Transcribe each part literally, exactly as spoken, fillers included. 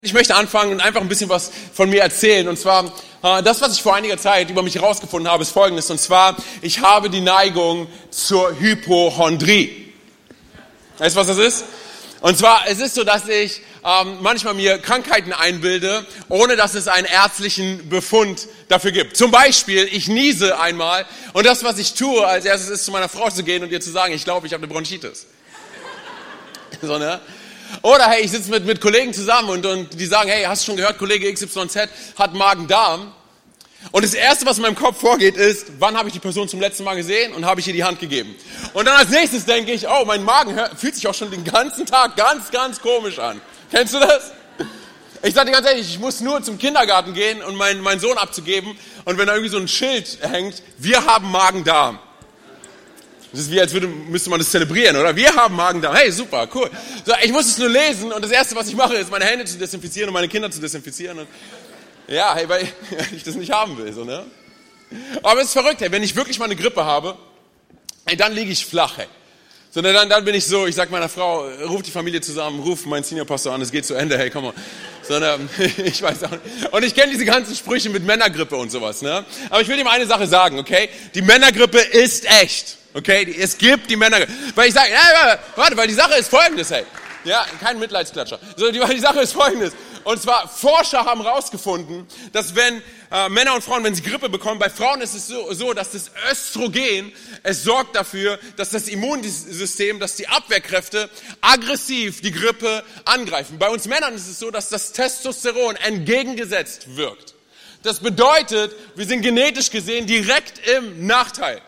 Ich möchte anfangen und einfach ein bisschen was von mir erzählen. Und zwar, äh, das, was ich vor einiger Zeit über mich herausgefunden habe, ist Folgendes. Und zwar, ich habe die Neigung zur Hypochondrie. Weißt du, was das ist? Und zwar, es ist so, dass ich ähm, manchmal mir Krankheiten einbilde, ohne dass es einen ärztlichen Befund dafür gibt. Zum Beispiel, ich niese einmal und das, was ich tue, als erstes ist, zu meiner Frau zu gehen und ihr zu sagen, ich glaube, ich habe eine Bronchitis. So, ne? Oder hey, ich sitze mit, mit Kollegen zusammen und, und die sagen, hey, hast du schon gehört, Kollege X Y Z hat Magen-Darm. Und das Erste, was in meinem Kopf vorgeht, ist, wann habe ich die Person zum letzten Mal gesehen und habe ich ihr die Hand gegeben. Und dann als nächstes denke ich, oh, mein Magen hört, fühlt sich auch schon den ganzen Tag ganz, ganz komisch an. Kennst du das? Ich sage dir ganz ehrlich, ich muss nur zum Kindergarten gehen und meinen, meinen Sohn abzugeben. Und wenn da irgendwie so ein Schild hängt, wir haben Magen-Darm. Das ist wie, als würde, müsste man das zelebrieren, oder? Wir haben Magen-Darm. Hey, super, cool. So, ich muss es nur lesen und das Erste, was ich mache, ist, meine Hände zu desinfizieren und meine Kinder zu desinfizieren. Und ja, hey, weil ich das nicht haben will, so, ne? Aber es ist verrückt, hey, wenn ich wirklich mal eine Grippe habe, hey, dann liege ich flach, hey. So, ne, dann, dann bin ich so, ich sag meiner Frau, ruf die Familie zusammen, ruf meinen Seniorpastor an, es geht zu Ende, hey, komm mal. So, ne, ich weiß auch nicht. Und ich kenne diese ganzen Sprüche mit Männergrippe und sowas, ne? Aber ich will ihm eine Sache sagen, okay? Die Männergrippe ist echt. Okay, es gibt die Männer, weil ich sage, ja, warte, weil die Sache ist folgendes, hey. Ja, kein Mitleidsklatscher. So, die, die Sache ist folgendes. Und zwar, Forscher haben herausgefunden, dass wenn äh, Männer und Frauen, wenn sie Grippe bekommen, bei Frauen ist es so, so, dass das Östrogen, es sorgt dafür, dass das Immunsystem, dass die Abwehrkräfte aggressiv die Grippe angreifen. Bei uns Männern ist es so, dass das Testosteron entgegengesetzt wirkt. Das bedeutet, wir sind genetisch gesehen direkt im Nachteil.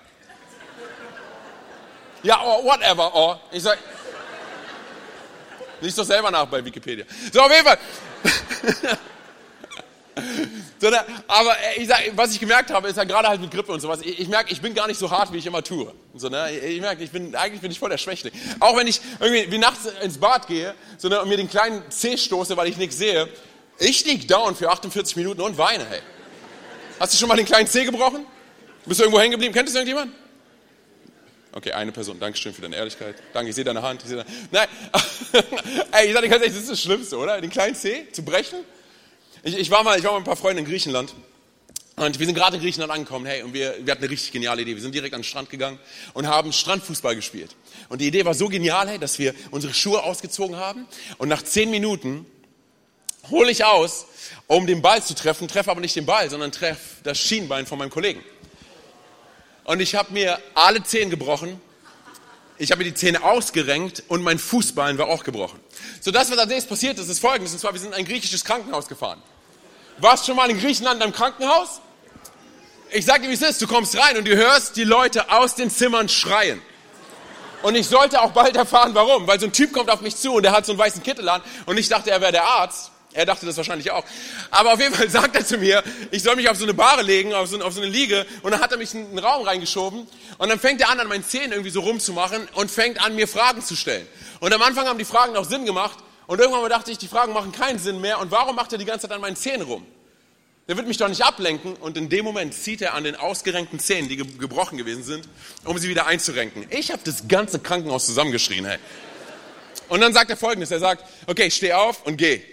Ja, or whatever, or. Ich sag, lies doch selber nach bei Wikipedia. So, auf jeden Fall. so, ne, aber ich sag, was ich gemerkt habe, ist ja gerade halt mit Grippe und sowas, ich, ich merke, ich bin gar nicht so hart, wie ich immer tue. So, ne, ich merke, ich bin, eigentlich bin ich voll der Schwächling. Auch wenn ich irgendwie wie nachts ins Bad gehe, so, ne, und mir den kleinen Zeh stoße, weil ich nichts sehe, ich lieg down für achtundvierzig Minuten und weine, hey. Hast du schon mal den kleinen Zeh gebrochen? Bist du irgendwo hängen geblieben? Kennt das irgendjemand? Okay, eine Person. Dankeschön für deine Ehrlichkeit. Danke, ich sehe deine Hand. Ich sehe deine... Nein, ey, ich sage dir ganz ehrlich, das ist das Schlimmste, oder? Den kleinen Zeh zu brechen. Ich, ich, war mal, ich war mal mit ein paar Freunden in Griechenland. Und wir sind gerade in Griechenland angekommen. Hey, und wir, wir hatten eine richtig geniale Idee. Wir sind direkt an den Strand gegangen und haben Strandfußball gespielt. Und die Idee war so genial, hey, dass wir unsere Schuhe ausgezogen haben. Und nach zehn Minuten hole ich aus, um den Ball zu treffen. Treffe aber nicht den Ball, sondern treffe das Schienbein von meinem Kollegen. Und ich habe mir alle Zehen gebrochen, ich habe mir die Zähne ausgerenkt und mein Fußbein war auch gebrochen. So, das, was als nächstes passiert ist, ist Folgendes. Und zwar, wir sind in ein griechisches Krankenhaus gefahren. Warst du schon mal in Griechenland in einem Krankenhaus? Ich sag dir, wie es ist. Du kommst rein und du hörst die Leute aus den Zimmern schreien. Und ich sollte auch bald erfahren, warum. Weil so ein Typ kommt auf mich zu und der hat so einen weißen Kittel an und ich dachte, er wäre der Arzt. Er dachte das wahrscheinlich auch. Aber auf jeden Fall sagt er zu mir, ich soll mich auf so eine Bahre legen, auf so, auf so eine Liege. Und dann hat er mich in einen Raum reingeschoben. Und dann fängt er an, an meinen Zähnen irgendwie so rumzumachen und fängt an, mir Fragen zu stellen. Und am Anfang haben die Fragen auch Sinn gemacht. Und irgendwann mal dachte ich, die Fragen machen keinen Sinn mehr. Und warum macht er die ganze Zeit an meinen Zähnen rum? Der wird mich doch nicht ablenken. Und in dem Moment zieht er an den ausgerenkten Zähnen, die ge- gebrochen gewesen sind, um sie wieder einzurenken. Ich habe das ganze Krankenhaus zusammengeschrien. Hey. Und dann sagt er Folgendes. Er sagt, okay, steh auf und geh.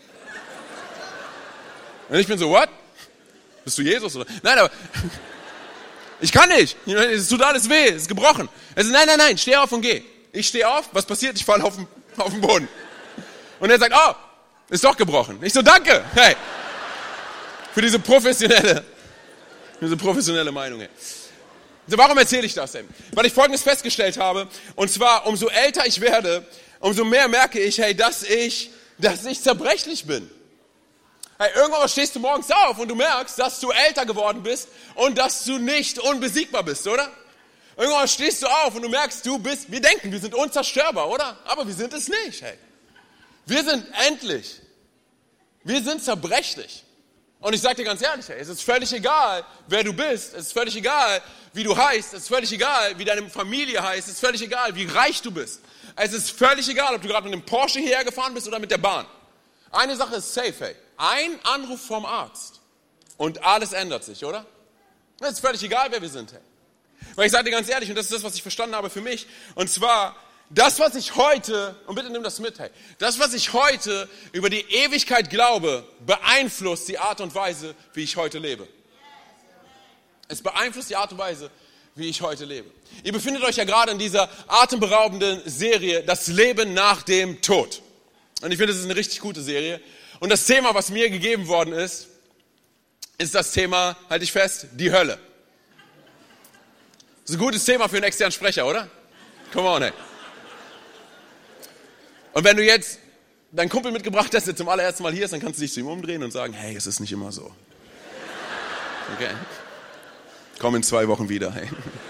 Und ich bin so, what? Bist du Jesus? Oder? Nein, aber ich kann nicht. Es tut alles weh, es ist gebrochen. Er sagt, nein, nein, nein, steh auf und geh. Ich stehe auf, was passiert? Ich falle auf den, auf den Boden. Und er sagt, oh, ist doch gebrochen. Ich so, danke, hey. Für diese professionelle, für diese professionelle Meinung, hey. So, warum erzähle ich das denn? Weil ich Folgendes festgestellt habe, und zwar, umso älter ich werde, umso mehr merke ich, hey, dass ich, dass ich zerbrechlich bin. Hey, irgendwann stehst du morgens auf und du merkst, dass du älter geworden bist und dass du nicht unbesiegbar bist, oder? Irgendwann stehst du auf und du merkst, du bist, wir denken, wir sind unzerstörbar, oder? Aber wir sind es nicht, hey. Wir sind endlich. Wir sind zerbrechlich. Und ich sage dir ganz ehrlich, hey, es ist völlig egal, wer du bist. Es ist völlig egal, wie du heißt. Es ist völlig egal, wie deine Familie heißt. Es ist völlig egal, wie reich du bist. Es ist völlig egal, ob du gerade mit einem Porsche hierher gefahren bist oder mit der Bahn. Eine Sache ist safe, hey. Ein Anruf vom Arzt und alles ändert sich, oder? Es ist völlig egal, wer wir sind, hey. Weil ich sage dir ganz ehrlich, und das ist das, was ich verstanden habe für mich, und zwar, das, was ich heute, und bitte nimm das mit, hey, das, was ich heute über die Ewigkeit glaube, beeinflusst die Art und Weise, wie ich heute lebe. Es beeinflusst die Art und Weise, wie ich heute lebe. Ihr befindet euch ja gerade in dieser atemberaubenden Serie, das Leben nach dem Tod. Und ich finde, das ist eine richtig gute Serie. Und das Thema, was mir gegeben worden ist, ist das Thema, halte ich fest, die Hölle. Das ist ein gutes Thema für einen externen Sprecher, oder? Come on, hey. Und wenn du jetzt deinen Kumpel mitgebracht hast, der zum allerersten Mal hier ist, dann kannst du dich zu ihm umdrehen und sagen, hey, es ist nicht immer so. Okay. Komm in zwei Wochen wieder, hey.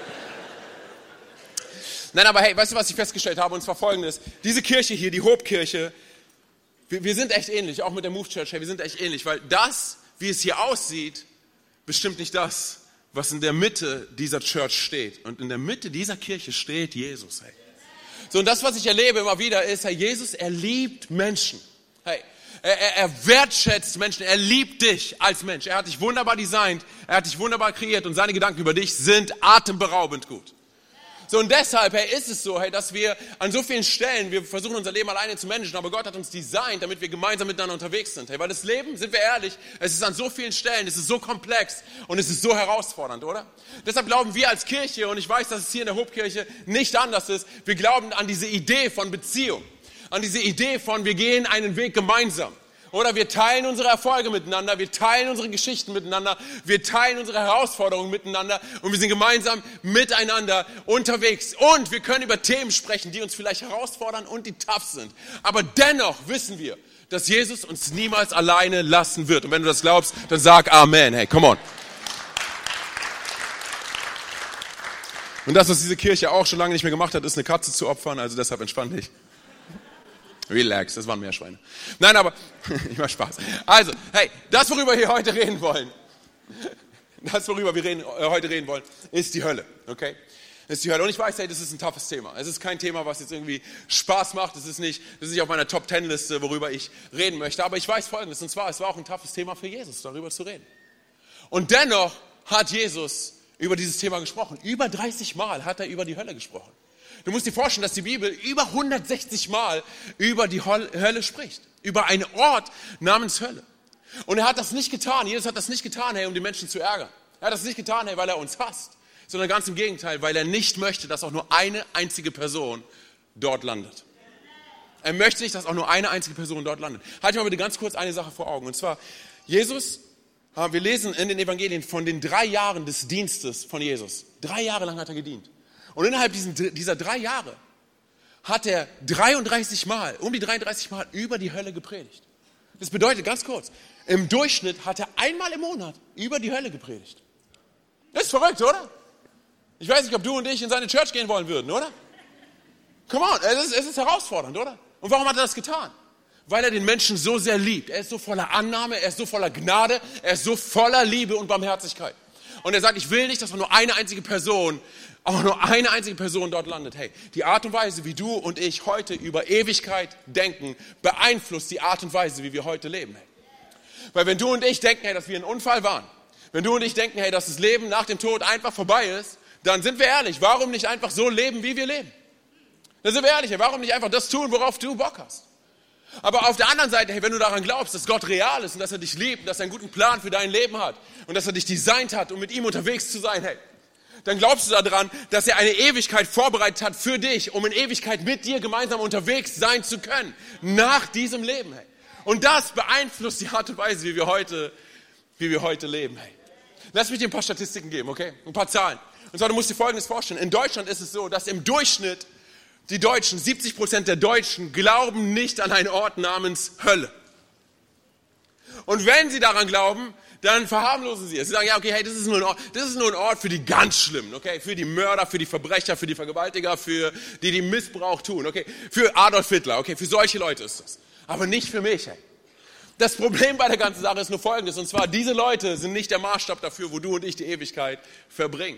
Nein, aber hey, weißt du, was ich festgestellt habe? Und zwar Folgendes. Diese Kirche hier, die Hobkirche, wir, wir sind echt ähnlich, auch mit der Move Church, hey, wir sind echt ähnlich, weil das, wie es hier aussieht, bestimmt nicht das, was in der Mitte dieser Church steht. Und in der Mitte dieser Kirche steht Jesus, hey. So, und das, was ich erlebe immer wieder, ist, hey, Jesus, er liebt Menschen. Hey, er, er, er wertschätzt Menschen, er liebt dich als Mensch. Er hat dich wunderbar designt, er hat dich wunderbar kreiert und seine Gedanken über dich sind atemberaubend gut. So, und deshalb, hey, ist es so, hey, dass wir an so vielen Stellen, wir versuchen unser Leben alleine zu managen, aber Gott hat uns designt, damit wir gemeinsam miteinander unterwegs sind. Hey, weil das Leben, sind wir ehrlich, es ist an so vielen Stellen, es ist so komplex und es ist so herausfordernd, oder? Deshalb glauben wir als Kirche, und ich weiß, dass es hier in der Hobkirche nicht anders ist, wir glauben an diese Idee von Beziehung, an diese Idee von, wir gehen einen Weg gemeinsam. Oder wir teilen unsere Erfolge miteinander, wir teilen unsere Geschichten miteinander, wir teilen unsere Herausforderungen miteinander und wir sind gemeinsam miteinander unterwegs. Und wir können über Themen sprechen, die uns vielleicht herausfordern und die tough sind. Aber dennoch wissen wir, dass Jesus uns niemals alleine lassen wird. Und wenn du das glaubst, dann sag Amen. Hey, come on. Und das, was diese Kirche auch schon lange nicht mehr gemacht hat, ist eine Katze zu opfern, also deshalb entspann dich. Relax, das waren Meerschweine. Nein, aber, ich mach Spaß. Also, hey, das, worüber wir heute reden wollen, das, worüber wir reden, äh, heute reden wollen, ist die Hölle, okay? Das ist die Hölle. Und ich weiß, hey, das ist ein toughes Thema. Es ist kein Thema, was jetzt irgendwie Spaß macht. Es ist nicht, das ist nicht auf meiner Top Ten Liste, worüber ich reden möchte. Aber ich weiß Folgendes, und zwar, es war auch ein toughes Thema für Jesus, darüber zu reden. Und dennoch hat Jesus über dieses Thema gesprochen. Über dreißig Mal hat er über die Hölle gesprochen. Du musst dir vorstellen, dass die Bibel über hundertsechzig Mal über die Hölle spricht. Über einen Ort namens Hölle. Und er hat das nicht getan, Jesus hat das nicht getan, hey, um die Menschen zu ärgern. Er hat das nicht getan, hey, weil er uns hasst. Sondern ganz im Gegenteil, weil er nicht möchte, dass auch nur eine einzige Person dort landet. Er möchte nicht, dass auch nur eine einzige Person dort landet. Halt mal bitte ganz kurz eine Sache vor Augen. Und zwar, Jesus, wir lesen in den Evangelien von den drei Jahren des Dienstes von Jesus. Drei Jahre lang hat er gedient. Und innerhalb diesen, dieser drei Jahre hat er dreiunddreißig Mal, um die dreiunddreißig Mal über die Hölle gepredigt. Das bedeutet, ganz kurz, im Durchschnitt hat er einmal im Monat über die Hölle gepredigt. Das ist verrückt, oder? Ich weiß nicht, ob du und ich in seine Church gehen wollen würden, oder? Come on, es ist, es ist herausfordernd, oder? Und warum hat er das getan? Weil er den Menschen so sehr liebt. Er ist so voller Annahme, er ist so voller Gnade, er ist so voller Liebe und Barmherzigkeit. Und er sagt, ich will nicht, dass auch nur eine einzige Person, auch nur eine einzige Person dort landet. Hey, die Art und Weise, wie du und ich heute über Ewigkeit denken, beeinflusst die Art und Weise, wie wir heute leben. Hey. Weil wenn du und ich denken, hey, dass wir ein Unfall waren, wenn du und ich denken, hey, dass das Leben nach dem Tod einfach vorbei ist, dann sind wir ehrlich, warum nicht einfach so leben, wie wir leben? Dann sind wir ehrlich, hey, warum nicht einfach das tun, worauf du Bock hast? Aber auf der anderen Seite, hey, wenn du daran glaubst, dass Gott real ist und dass er dich liebt und dass er einen guten Plan für dein Leben hat und dass er dich designt hat, um mit ihm unterwegs zu sein, hey, dann glaubst du daran, dass er eine Ewigkeit vorbereitet hat für dich, um in Ewigkeit mit dir gemeinsam unterwegs sein zu können, nach diesem Leben, hey. Und das beeinflusst die Art und Weise, wie wir heute, wie wir heute leben, hey. Lass mich dir ein paar Statistiken geben, okay? Ein paar Zahlen. Und zwar, du musst dir Folgendes vorstellen. In Deutschland ist es so, dass im Durchschnitt die Deutschen, siebzig Prozent der Deutschen glauben nicht an einen Ort namens Hölle. Und wenn sie daran glauben, dann verharmlosen sie es. Sie sagen, ja, okay, hey, das ist nur ein Ort, das ist nur ein Ort für die ganz Schlimmen, okay? Für die Mörder, für die Verbrecher, für die Vergewaltiger, für die, die Missbrauch tun, okay? Für Adolf Hitler, okay? Für solche Leute ist das. Aber nicht für mich, hey. Das Problem bei der ganzen Sache ist nur Folgendes, und zwar, diese Leute sind nicht der Maßstab dafür, wo du und ich die Ewigkeit verbringen.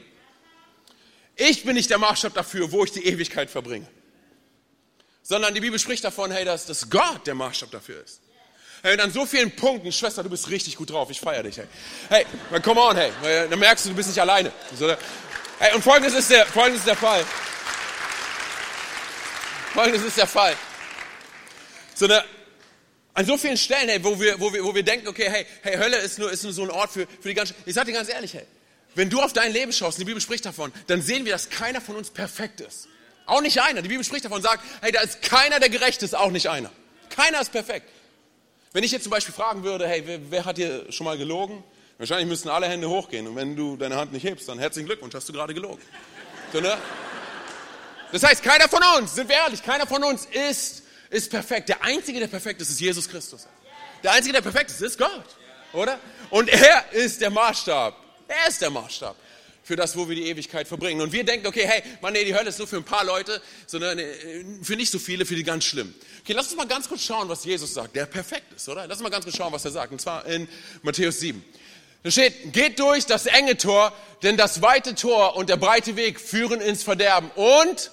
Ich bin nicht der Maßstab dafür, wo ich die Ewigkeit verbringe. Sondern die Bibel spricht davon, hey, dass, dass Gott der Maßstab dafür ist. Hey, und an so vielen Punkten, Schwester, du bist richtig gut drauf, ich feiere dich, hey. Hey, come on, hey, dann merkst du, du bist nicht alleine. Hey, und folgendes ist der, folgendes ist der Fall. Folgendes ist der Fall. So eine, an so vielen Stellen, hey, wo wir, wo wir, wo wir denken, okay, hey, hey, Hölle ist nur, ist nur so ein Ort für, für die ganzen, ich sag dir ganz ehrlich, hey, wenn du auf dein Leben schaust, und die Bibel spricht davon, dann sehen wir, dass keiner von uns perfekt ist. Auch nicht einer. Die Bibel spricht davon und sagt, hey, da ist keiner, der gerecht ist, auch nicht einer. Keiner ist perfekt. Wenn ich jetzt zum Beispiel fragen würde, hey, wer, wer hat hier schon mal gelogen? Wahrscheinlich müssten alle Hände hochgehen. Und wenn du deine Hand nicht hebst, dann herzlichen Glückwunsch, hast du gerade gelogen. So, ne? Das heißt, keiner von uns, sind wir ehrlich, keiner von uns ist, ist perfekt. Der Einzige, der perfekt ist, ist Jesus Christus. Der Einzige, der perfekt ist, ist Gott. Oder? Und er ist der Maßstab. Er ist der Maßstab für das, wo wir die Ewigkeit verbringen. Und wir denken, okay, hey, Mann, nee, die Hölle ist nur für ein paar Leute, sondern für nicht so viele, für die ganz schlimm. Okay, lass uns mal ganz kurz schauen, was Jesus sagt, der perfekt ist, oder? Lass uns mal ganz kurz schauen, was er sagt. Und zwar in Matthäus sieben. Da steht, geht durch das enge Tor, denn das weite Tor und der breite Weg führen ins Verderben. Und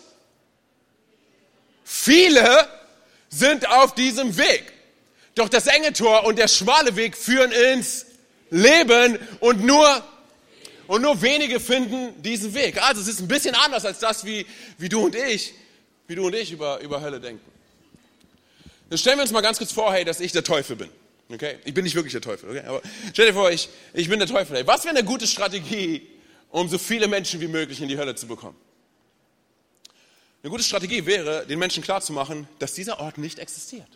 viele sind auf diesem Weg. Doch das enge Tor und der schmale Weg führen ins Leben und nur Und nur wenige finden diesen Weg. Also es ist ein bisschen anders als das, wie, wie du und ich, wie du und ich über, über Hölle denken. Dann stellen wir uns mal ganz kurz vor, hey, dass ich der Teufel bin. Okay? Ich bin nicht wirklich der Teufel, okay? Aber stell dir vor, ich, ich bin der Teufel. Hey, was wäre eine gute Strategie, um so viele Menschen wie möglich in die Hölle zu bekommen? Eine gute Strategie wäre, den Menschen klarzumachen, dass dieser Ort nicht existiert.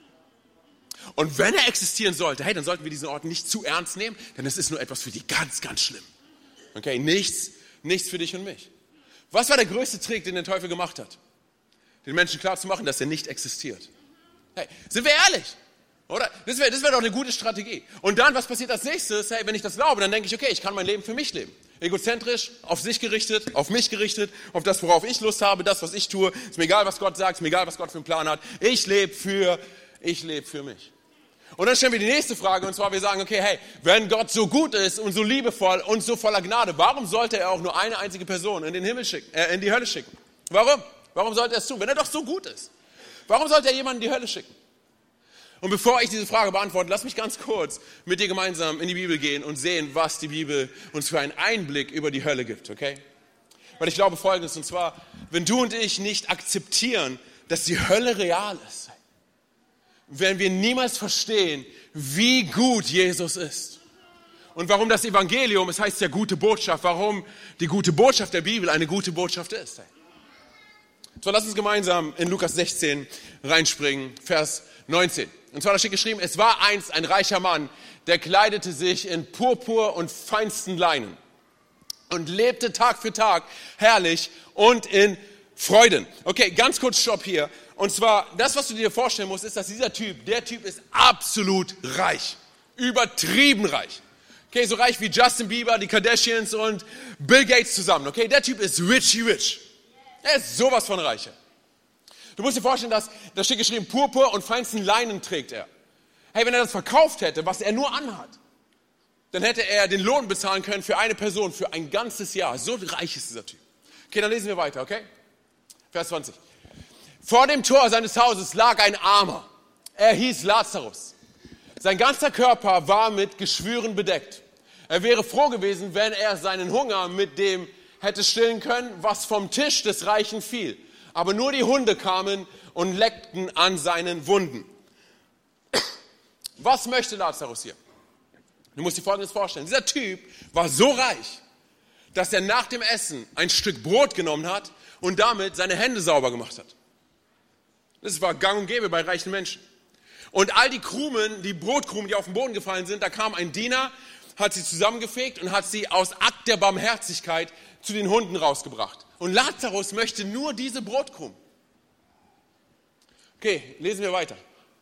Und wenn er existieren sollte, hey, dann sollten wir diesen Ort nicht zu ernst nehmen, denn es ist nur etwas für die ganz, ganz schlimm. Okay, nichts, nichts für dich und mich. Was war der größte Trick, den der Teufel gemacht hat? Den Menschen klarzumachen, dass er nicht existiert. Hey, sind wir ehrlich? Oder? Das wäre das wär doch eine gute Strategie. Und dann, was passiert als nächstes? Hey, wenn ich das glaube, dann denke ich, okay, ich kann mein Leben für mich leben. Egozentrisch, auf sich gerichtet, auf mich gerichtet, auf das, worauf ich Lust habe, das, was ich tue. Ist mir egal, was Gott sagt, ist mir egal, was Gott für einen Plan hat. Ich lebe für, ich lebe für mich. Und dann stellen wir die nächste Frage, und zwar wir sagen, okay, hey, wenn Gott so gut ist und so liebevoll und so voller Gnade, warum sollte er auch nur eine einzige Person in den Himmel schicken, äh, in die Hölle schicken? Warum? Warum sollte er es tun, wenn er doch so gut ist? Warum sollte er jemanden in die Hölle schicken? Und bevor ich diese Frage beantworte, lass mich ganz kurz mit dir gemeinsam in die Bibel gehen und sehen, was die Bibel uns für einen Einblick über die Hölle gibt, okay? Weil ich glaube Folgendes, und zwar, wenn du und ich nicht akzeptieren, dass die Hölle real ist, werden wir niemals verstehen, wie gut Jesus ist. Und warum das Evangelium, es heißt ja gute Botschaft, warum die gute Botschaft der Bibel eine gute Botschaft ist. So, lass uns gemeinsam in Lukas sechzehn reinspringen, Vers neunzehn. Und zwar da steht geschrieben, es war einst ein reicher Mann, der kleidete sich in Purpur und feinsten Leinen und lebte Tag für Tag herrlich und in Freuden. Okay, ganz kurz Stopp hier. Und zwar, das, was du dir vorstellen musst, ist, dass dieser Typ, der Typ ist absolut reich. Übertrieben reich. Okay, so reich wie Justin Bieber, die Kardashians und Bill Gates zusammen. Okay, der Typ ist richy rich. Er ist sowas von reich. Du musst dir vorstellen, dass, da steht geschrieben, Purpur und feinsten Leinen trägt er. Hey, wenn er das verkauft hätte, was er nur anhat, dann hätte er den Lohn bezahlen können für eine Person, für ein ganzes Jahr. So reich ist dieser Typ. Okay, dann lesen wir weiter, okay? Vers zwanzig. Vor dem Tor seines Hauses lag ein Armer. Er hieß Lazarus. Sein ganzer Körper war mit Geschwüren bedeckt. Er wäre froh gewesen, wenn er seinen Hunger mit dem hätte stillen können, was vom Tisch des Reichen fiel. Aber nur die Hunde kamen und leckten an seinen Wunden. Was möchte Lazarus hier? Du musst dir Folgendes vorstellen. Dieser Typ war so reich, dass er nach dem Essen ein Stück Brot genommen hat und damit seine Hände sauber gemacht hat. Das war gang und gäbe bei reichen Menschen. Und all die Krumen, die Brotkrumen, die auf den Boden gefallen sind, da kam ein Diener, hat sie zusammengefegt und hat sie aus Akt der Barmherzigkeit zu den Hunden rausgebracht. Und Lazarus möchte nur diese Brotkrumen. Okay, lesen wir weiter.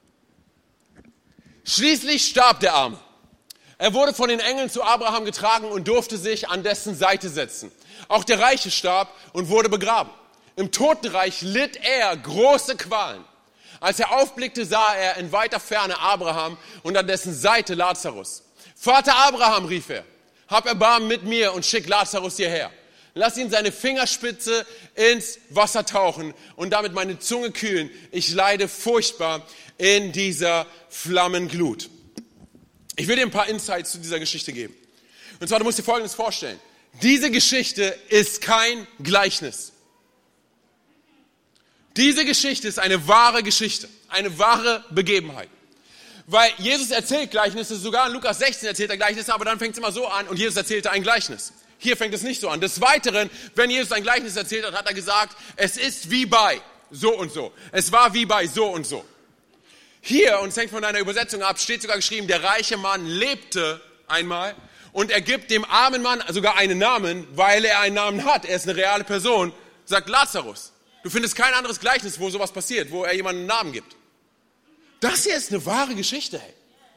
Schließlich starb der Arme. Er wurde von den Engeln zu Abraham getragen und durfte sich an dessen Seite setzen. Auch der Reiche starb und wurde begraben. Im Totenreich litt er große Qualen. Als er aufblickte, sah er in weiter Ferne Abraham und an dessen Seite Lazarus. Vater Abraham, rief er, hab Erbarmen mit mir und schick Lazarus hierher. Lass ihn seine Fingerspitze ins Wasser tauchen und damit meine Zunge kühlen. Ich leide furchtbar in dieser Flammenglut. Ich will dir ein paar Insights zu dieser Geschichte geben. Und zwar, du musst dir Folgendes vorstellen. Diese Geschichte ist kein Gleichnis. Diese Geschichte ist eine wahre Geschichte, eine wahre Begebenheit. Weil Jesus erzählt Gleichnisse, sogar in Lukas sechzehn erzählt er Gleichnisse, aber dann fängt es immer so an und Jesus erzählte ein Gleichnis. Hier fängt es nicht so an. Des Weiteren, wenn Jesus ein Gleichnis erzählt hat, hat er gesagt, es ist wie bei so und so. Es war wie bei so und so. Hier, und es hängt von deiner Übersetzung ab, steht sogar geschrieben, der reiche Mann lebte einmal und er gibt dem armen Mann sogar einen Namen, weil er einen Namen hat. Er ist eine reale Person, sagt Lazarus. Du findest kein anderes Gleichnis, wo sowas passiert, wo er jemandem einen Namen gibt. Das hier ist eine wahre Geschichte, hey.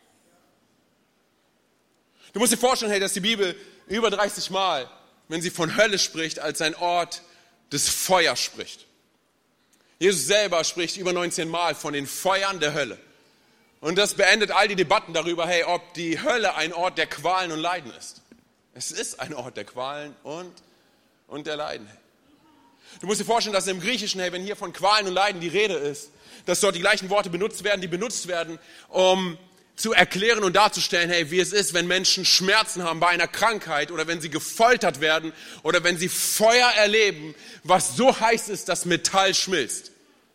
Du musst dir vorstellen, hey, dass die Bibel über dreißig Mal, wenn sie von Hölle spricht, als ein Ort des Feuers spricht. Jesus selber spricht über neunzehn Mal von den Feuern der Hölle. Und das beendet all die Debatten darüber, hey, ob die Hölle ein Ort der Qualen und Leiden ist. Es ist ein Ort der Qualen und, und der Leiden, hey. Du musst dir vorstellen, dass im Griechischen, hey, wenn hier von Qualen und Leiden die Rede ist, dass dort die gleichen Worte benutzt werden, die benutzt werden, um zu erklären und darzustellen, hey, wie es ist, wenn Menschen Schmerzen haben bei einer Krankheit oder wenn sie gefoltert werden oder wenn sie Feuer erleben, was so heiß ist, dass Metall schmilzt.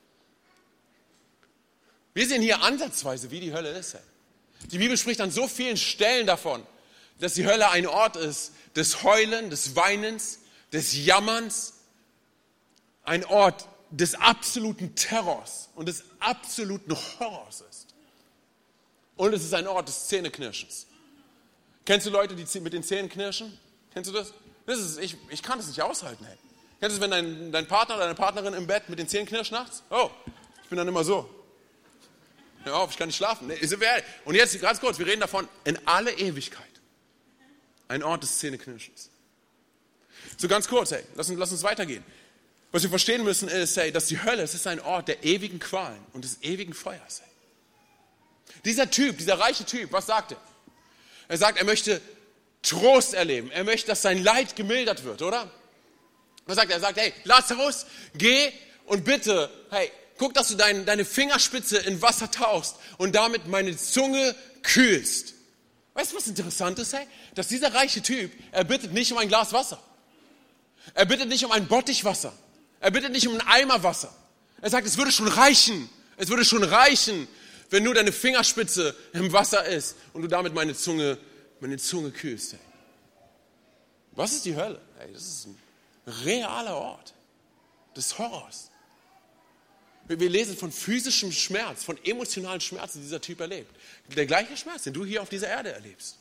Wir sehen hier ansatzweise, wie die Hölle ist. Hey. Die Bibel spricht an so vielen Stellen davon, dass die Hölle ein Ort ist des Heulen, des Weinens, des Jammerns, ein Ort des absoluten Terrors und des absoluten Horrors ist. Und es ist ein Ort des Zähneknirschens. Kennst du Leute, die mit den Zähnen knirschen? Kennst du das? Das ist, ich, ich kann das nicht aushalten. Hey. Kennst du es, wenn dein, dein Partner oder deine Partnerin im Bett mit den Zähnen knirscht nachts? Oh, ich bin dann immer so. Hör auf, ich kann nicht schlafen. Nee, sind wir ehrlich. Und jetzt ganz kurz, wir reden davon in alle Ewigkeit. Ein Ort des Zähneknirschens. So ganz kurz, hey, lass uns, lass uns weitergehen. Was wir verstehen müssen ist, hey, dass die Hölle, es ist ein Ort der ewigen Qualen und des ewigen Feuers. Hey. Dieser Typ, dieser reiche Typ, was sagt er? Er sagt, er möchte Trost erleben. Er möchte, dass sein Leid gemildert wird, oder? Was sagt er? Er sagt, hey, Lazarus, geh und bitte, hey, guck, dass du dein, deine Fingerspitze in Wasser tauchst und damit meine Zunge kühlst. Weißt du, was interessant ist, hey? Dass dieser reiche Typ, er bittet nicht um ein Glas Wasser. Er bittet nicht um ein Bottich Wasser. Er bittet nicht um einen Eimer Wasser. Er sagt, es würde schon reichen. Es würde schon reichen, wenn nur deine Fingerspitze im Wasser ist und du damit meine Zunge, meine Zunge kühlst. Hey. Was ist die Hölle? Hey, das ist ein realer Ort des Horrors. Wir lesen von physischem Schmerz, von emotionalen Schmerz, die dieser Typ erlebt. Der gleiche Schmerz, den du hier auf dieser Erde erlebst.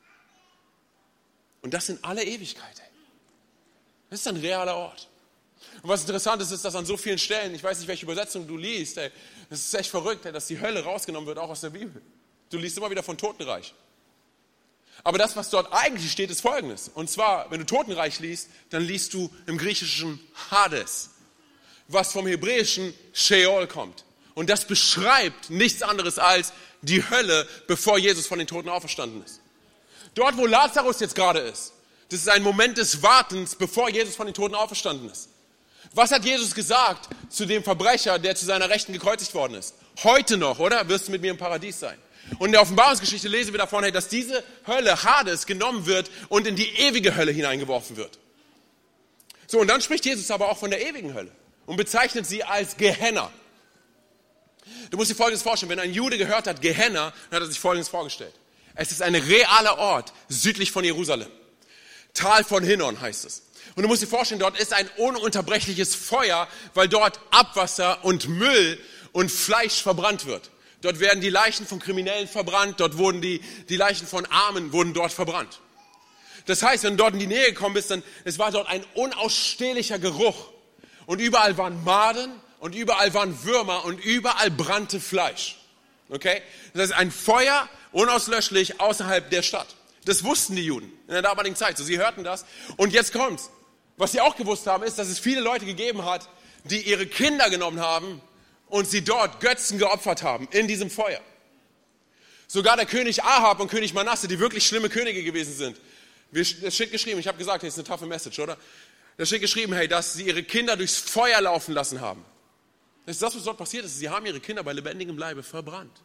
Und das in aller Ewigkeit. Hey. Das ist ein realer Ort. Und was interessant ist, ist, dass an so vielen Stellen, ich weiß nicht, welche Übersetzung du liest, ey, das ist echt verrückt, ey, dass die Hölle rausgenommen wird, auch aus der Bibel. Du liest immer wieder von Totenreich. Aber das, was dort eigentlich steht, ist Folgendes. Und zwar, wenn du Totenreich liest, dann liest du im Griechischen Hades, was vom Hebräischen Sheol kommt. Und das beschreibt nichts anderes als die Hölle, bevor Jesus von den Toten auferstanden ist. Dort, wo Lazarus jetzt gerade ist, das ist ein Moment des Wartens, bevor Jesus von den Toten auferstanden ist. Was hat Jesus gesagt zu dem Verbrecher, der zu seiner Rechten gekreuzigt worden ist? Heute noch, oder? Wirst du mit mir im Paradies sein. Und in der Offenbarungsgeschichte lesen wir davon, dass diese Hölle, Hades, genommen wird und in die ewige Hölle hineingeworfen wird. So, und dann spricht Jesus aber auch von der ewigen Hölle und bezeichnet sie als Gehenna. Du musst dir Folgendes vorstellen, wenn ein Jude gehört hat, Gehenna, dann hat er sich Folgendes vorgestellt. Es ist ein realer Ort südlich von Jerusalem. Tal von Hinnom heißt es. Und du musst dir vorstellen, dort ist ein ununterbrechliches Feuer, weil dort Abwasser und Müll und Fleisch verbrannt wird. Dort werden die Leichen von Kriminellen verbrannt, dort wurden die, die Leichen von Armen wurden dort verbrannt. Das heißt, wenn du dort in die Nähe gekommen bist, dann es war dort ein unausstehlicher Geruch. Und überall waren Maden und überall waren Würmer und überall brannte Fleisch. Okay? Das heißt, ein Feuer unauslöschlich außerhalb der Stadt. Das wussten die Juden in der damaligen Zeit. So, sie hörten das. Und jetzt kommt's. Was sie auch gewusst haben, ist, dass es viele Leute gegeben hat, die ihre Kinder genommen haben und sie dort Götzen geopfert haben in diesem Feuer. Sogar der König Ahab und König Manasse, die wirklich schlimme Könige gewesen sind. Das steht geschrieben, ich habe gesagt, das ist eine taffe Message, oder? Da steht geschrieben, hey, dass sie ihre Kinder durchs Feuer laufen lassen haben. Das ist das, was dort passiert ist. Sie haben ihre Kinder bei lebendigem Leibe verbrannt.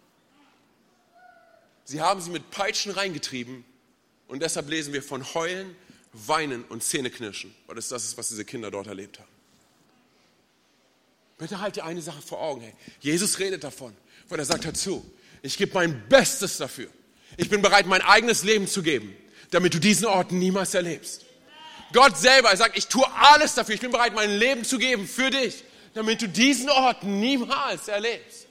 Sie haben sie mit Peitschen reingetrieben. Und deshalb lesen wir von Heulen, Weinen und Zähneknirschen, weil das das ist, was diese Kinder dort erlebt haben. Bitte halt dir eine Sache vor Augen. Hey, Jesus redet davon, weil er sagt, hör zu, ich gebe mein Bestes dafür. Ich bin bereit, mein eigenes Leben zu geben, damit du diesen Ort niemals erlebst. Gott selber sagt, ich tue alles dafür. Ich bin bereit, mein Leben zu geben für dich, damit du diesen Ort niemals erlebst.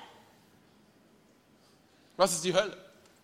Was ist die Hölle?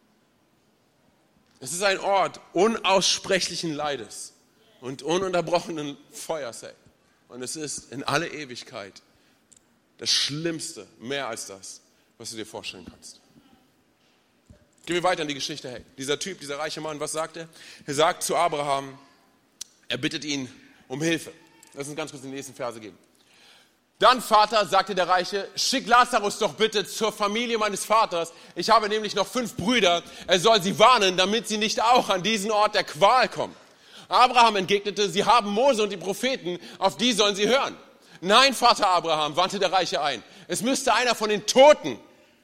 Es ist ein Ort unaussprechlichen Leides und ununterbrochenen Feuers. Hey. Und es ist in alle Ewigkeit das Schlimmste, mehr als das, was du dir vorstellen kannst. Gehen wir weiter in die Geschichte. Hey, dieser Typ, dieser reiche Mann, was sagt er? Er sagt zu Abraham, er bittet ihn um Hilfe. Lass uns ganz kurz die nächsten Verse gehen. Dann, Vater, sagte der Reiche, schick Lazarus doch bitte zur Familie meines Vaters. Ich habe nämlich noch fünf Brüder. Er soll sie warnen, damit sie nicht auch an diesen Ort der Qual kommen. Abraham entgegnete, sie haben Mose und die Propheten, auf die sollen sie hören. Nein, Vater Abraham, wandte der Reiche ein. Es müsste einer von den Toten,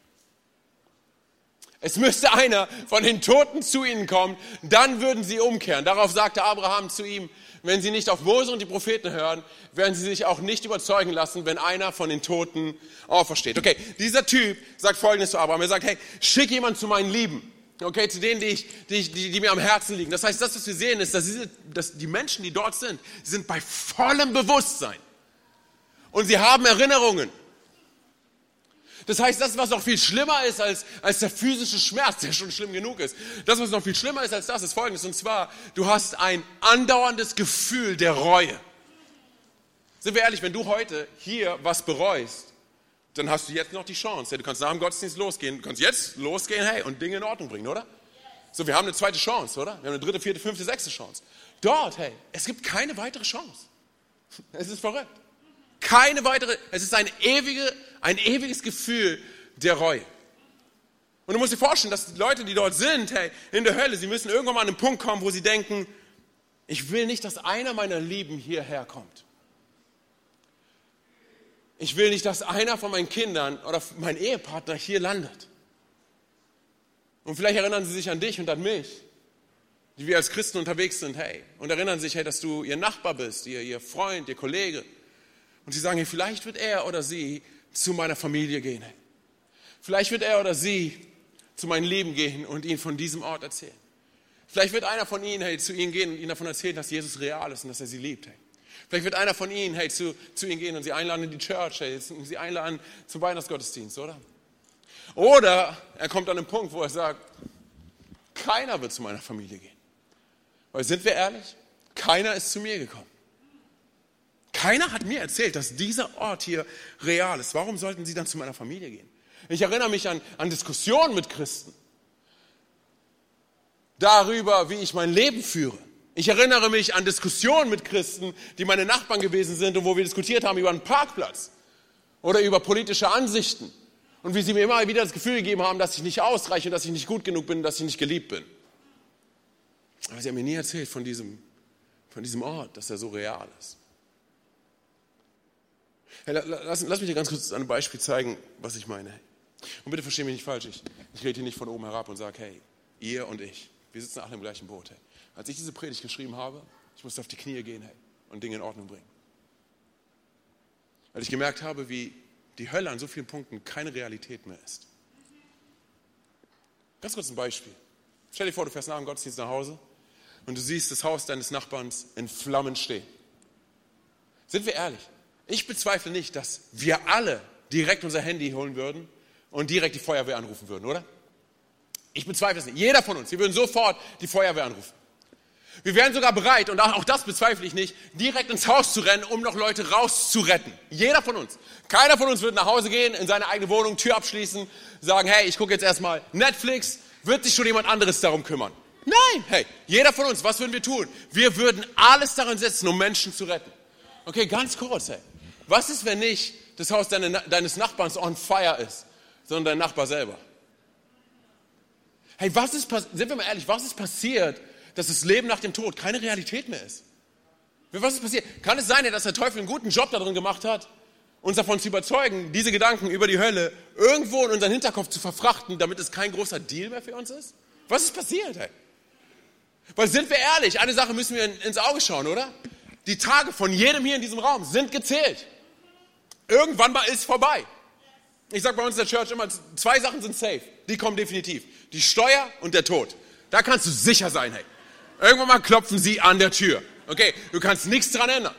es müsste einer von den Toten zu ihnen kommen, dann würden sie umkehren. Darauf sagte Abraham zu ihm, wenn sie nicht auf Mose und die Propheten hören, werden sie sich auch nicht überzeugen lassen, wenn einer von den Toten aufersteht. Okay, dieser Typ sagt Folgendes zu Abraham. Er sagt, hey, schick jemanden zu meinen Lieben. Okay, zu denen, die, ich, die, ich, die, die mir am Herzen liegen. Das heißt, das, was wir sehen, ist, dass, diese, dass die Menschen, die dort sind, sind bei vollem Bewusstsein. Und sie haben Erinnerungen. Das heißt, das, was noch viel schlimmer ist als, als der physische Schmerz, der schon schlimm genug ist. Das, was noch viel schlimmer ist als das, ist Folgendes. Und zwar, du hast ein andauerndes Gefühl der Reue. Sind wir ehrlich, wenn du heute hier was bereust, dann hast du jetzt noch die Chance. Du kannst nach dem Gottesdienst losgehen. Du kannst jetzt losgehen, hey, und Dinge in Ordnung bringen, oder? So, wir haben eine zweite Chance, oder? Wir haben eine dritte, vierte, fünfte, sechste Chance. Dort, hey, es gibt keine weitere Chance. Es ist verrückt. Keine weitere, es ist ein, ewige, ein ewiges Gefühl der Reue. Und du musst dir vorstellen, dass die Leute, die dort sind, hey, in der Hölle, sie müssen irgendwann mal an einen Punkt kommen, wo sie denken, ich will nicht, dass einer meiner Lieben hierher kommt. Ich will nicht, dass einer von meinen Kindern oder mein Ehepartner hier landet. Und vielleicht erinnern sie sich an dich und an mich, die wir als Christen unterwegs sind, hey, und erinnern sich, hey, dass du ihr Nachbar bist, ihr, ihr Freund, ihr Kollege. Und sie sagen, hey, vielleicht wird er oder sie zu meiner Familie gehen. Hey. Vielleicht wird er oder sie zu meinem Leben gehen und ihnen von diesem Ort erzählen. Vielleicht wird einer von ihnen hey, zu ihnen gehen und ihnen davon erzählen, dass Jesus real ist und dass er sie liebt. Hey. Vielleicht wird einer von ihnen hey, zu, zu ihnen gehen und sie einladen in die Church, hey, und sie einladen zum Weihnachtsgottesdienst, oder? Oder er kommt an einen Punkt, wo er sagt, keiner wird zu meiner Familie gehen. Weil sind wir ehrlich, keiner ist zu mir gekommen. Keiner hat mir erzählt, dass dieser Ort hier real ist. Warum sollten sie dann zu meiner Familie gehen? Ich erinnere mich an, an Diskussionen mit Christen darüber, wie ich mein Leben führe. Ich erinnere mich an Diskussionen mit Christen, die meine Nachbarn gewesen sind und wo wir diskutiert haben über einen Parkplatz oder über politische Ansichten und wie sie mir immer wieder das Gefühl gegeben haben, dass ich nicht ausreiche, dass ich nicht gut genug bin, dass ich nicht geliebt bin. Aber sie haben mir nie erzählt von diesem, von diesem Ort, dass er so real ist. Hey, lass, lass mich dir ganz kurz an einem Beispiel zeigen, was ich meine. Und bitte versteh mich nicht falsch, ich, ich rede hier nicht von oben herab und sage, hey, ihr und ich, wir sitzen alle im gleichen Boot. Hey. Als ich diese Predigt geschrieben habe, ich musste auf die Knie gehen hey, und Dinge in Ordnung bringen. Weil ich gemerkt habe, wie die Hölle an so vielen Punkten keine Realität mehr ist. Ganz kurz ein Beispiel. Stell dir vor, du fährst nach dem Gottesdienst nach Hause und du siehst das Haus deines Nachbarns in Flammen stehen. Sind wir ehrlich? Ich bezweifle nicht, dass wir alle direkt unser Handy holen würden und direkt die Feuerwehr anrufen würden, oder? Ich bezweifle es nicht. Jeder von uns, wir würden sofort die Feuerwehr anrufen. Wir wären sogar bereit, und auch das bezweifle ich nicht, direkt ins Haus zu rennen, um noch Leute rauszuretten. Jeder von uns. Keiner von uns würde nach Hause gehen, in seine eigene Wohnung, Tür abschließen, sagen, hey, ich gucke jetzt erstmal Netflix, wird sich schon jemand anderes darum kümmern? Nein, hey, jeder von uns, was würden wir tun? Wir würden alles daran setzen, um Menschen zu retten. Okay, ganz kurz, hey. Was ist, wenn nicht das Haus deine, deines Nachbarns on fire ist, sondern dein Nachbar selber? Hey, was ist, sind wir mal ehrlich, was ist passiert, dass das Leben nach dem Tod keine Realität mehr ist? Was ist passiert? Kann es sein, dass der Teufel einen guten Job darin gemacht hat, uns davon zu überzeugen, diese Gedanken über die Hölle irgendwo in unseren Hinterkopf zu verfrachten, damit es kein großer Deal mehr für uns ist? Was ist passiert, hey? Weil sind wir ehrlich, eine Sache müssen wir ins Auge schauen, oder? Die Tage von jedem hier in diesem Raum sind gezählt. Irgendwann mal ist vorbei. Ich sage bei uns in der Church immer, zwei Sachen sind safe. Die kommen definitiv. Die Steuer und der Tod. Da kannst du sicher sein, hey. Irgendwann mal klopfen sie an der Tür. Okay, du kannst nichts dran ändern.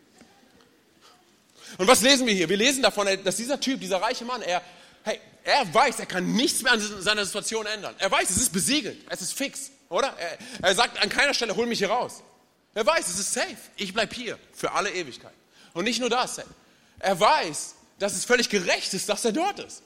Und was lesen wir hier? Wir lesen davon, dass dieser Typ, dieser reiche Mann, er, hey, er weiß, er kann nichts mehr an seiner Situation ändern. Er weiß, es ist besiegelt, es ist fix, oder? Er, er sagt an keiner Stelle, hol mich hier raus. Er weiß, es ist safe. Ich bleib hier für alle Ewigkeit. Und nicht nur das, hey. Er weiß, dass es völlig gerecht ist, dass er dort ist.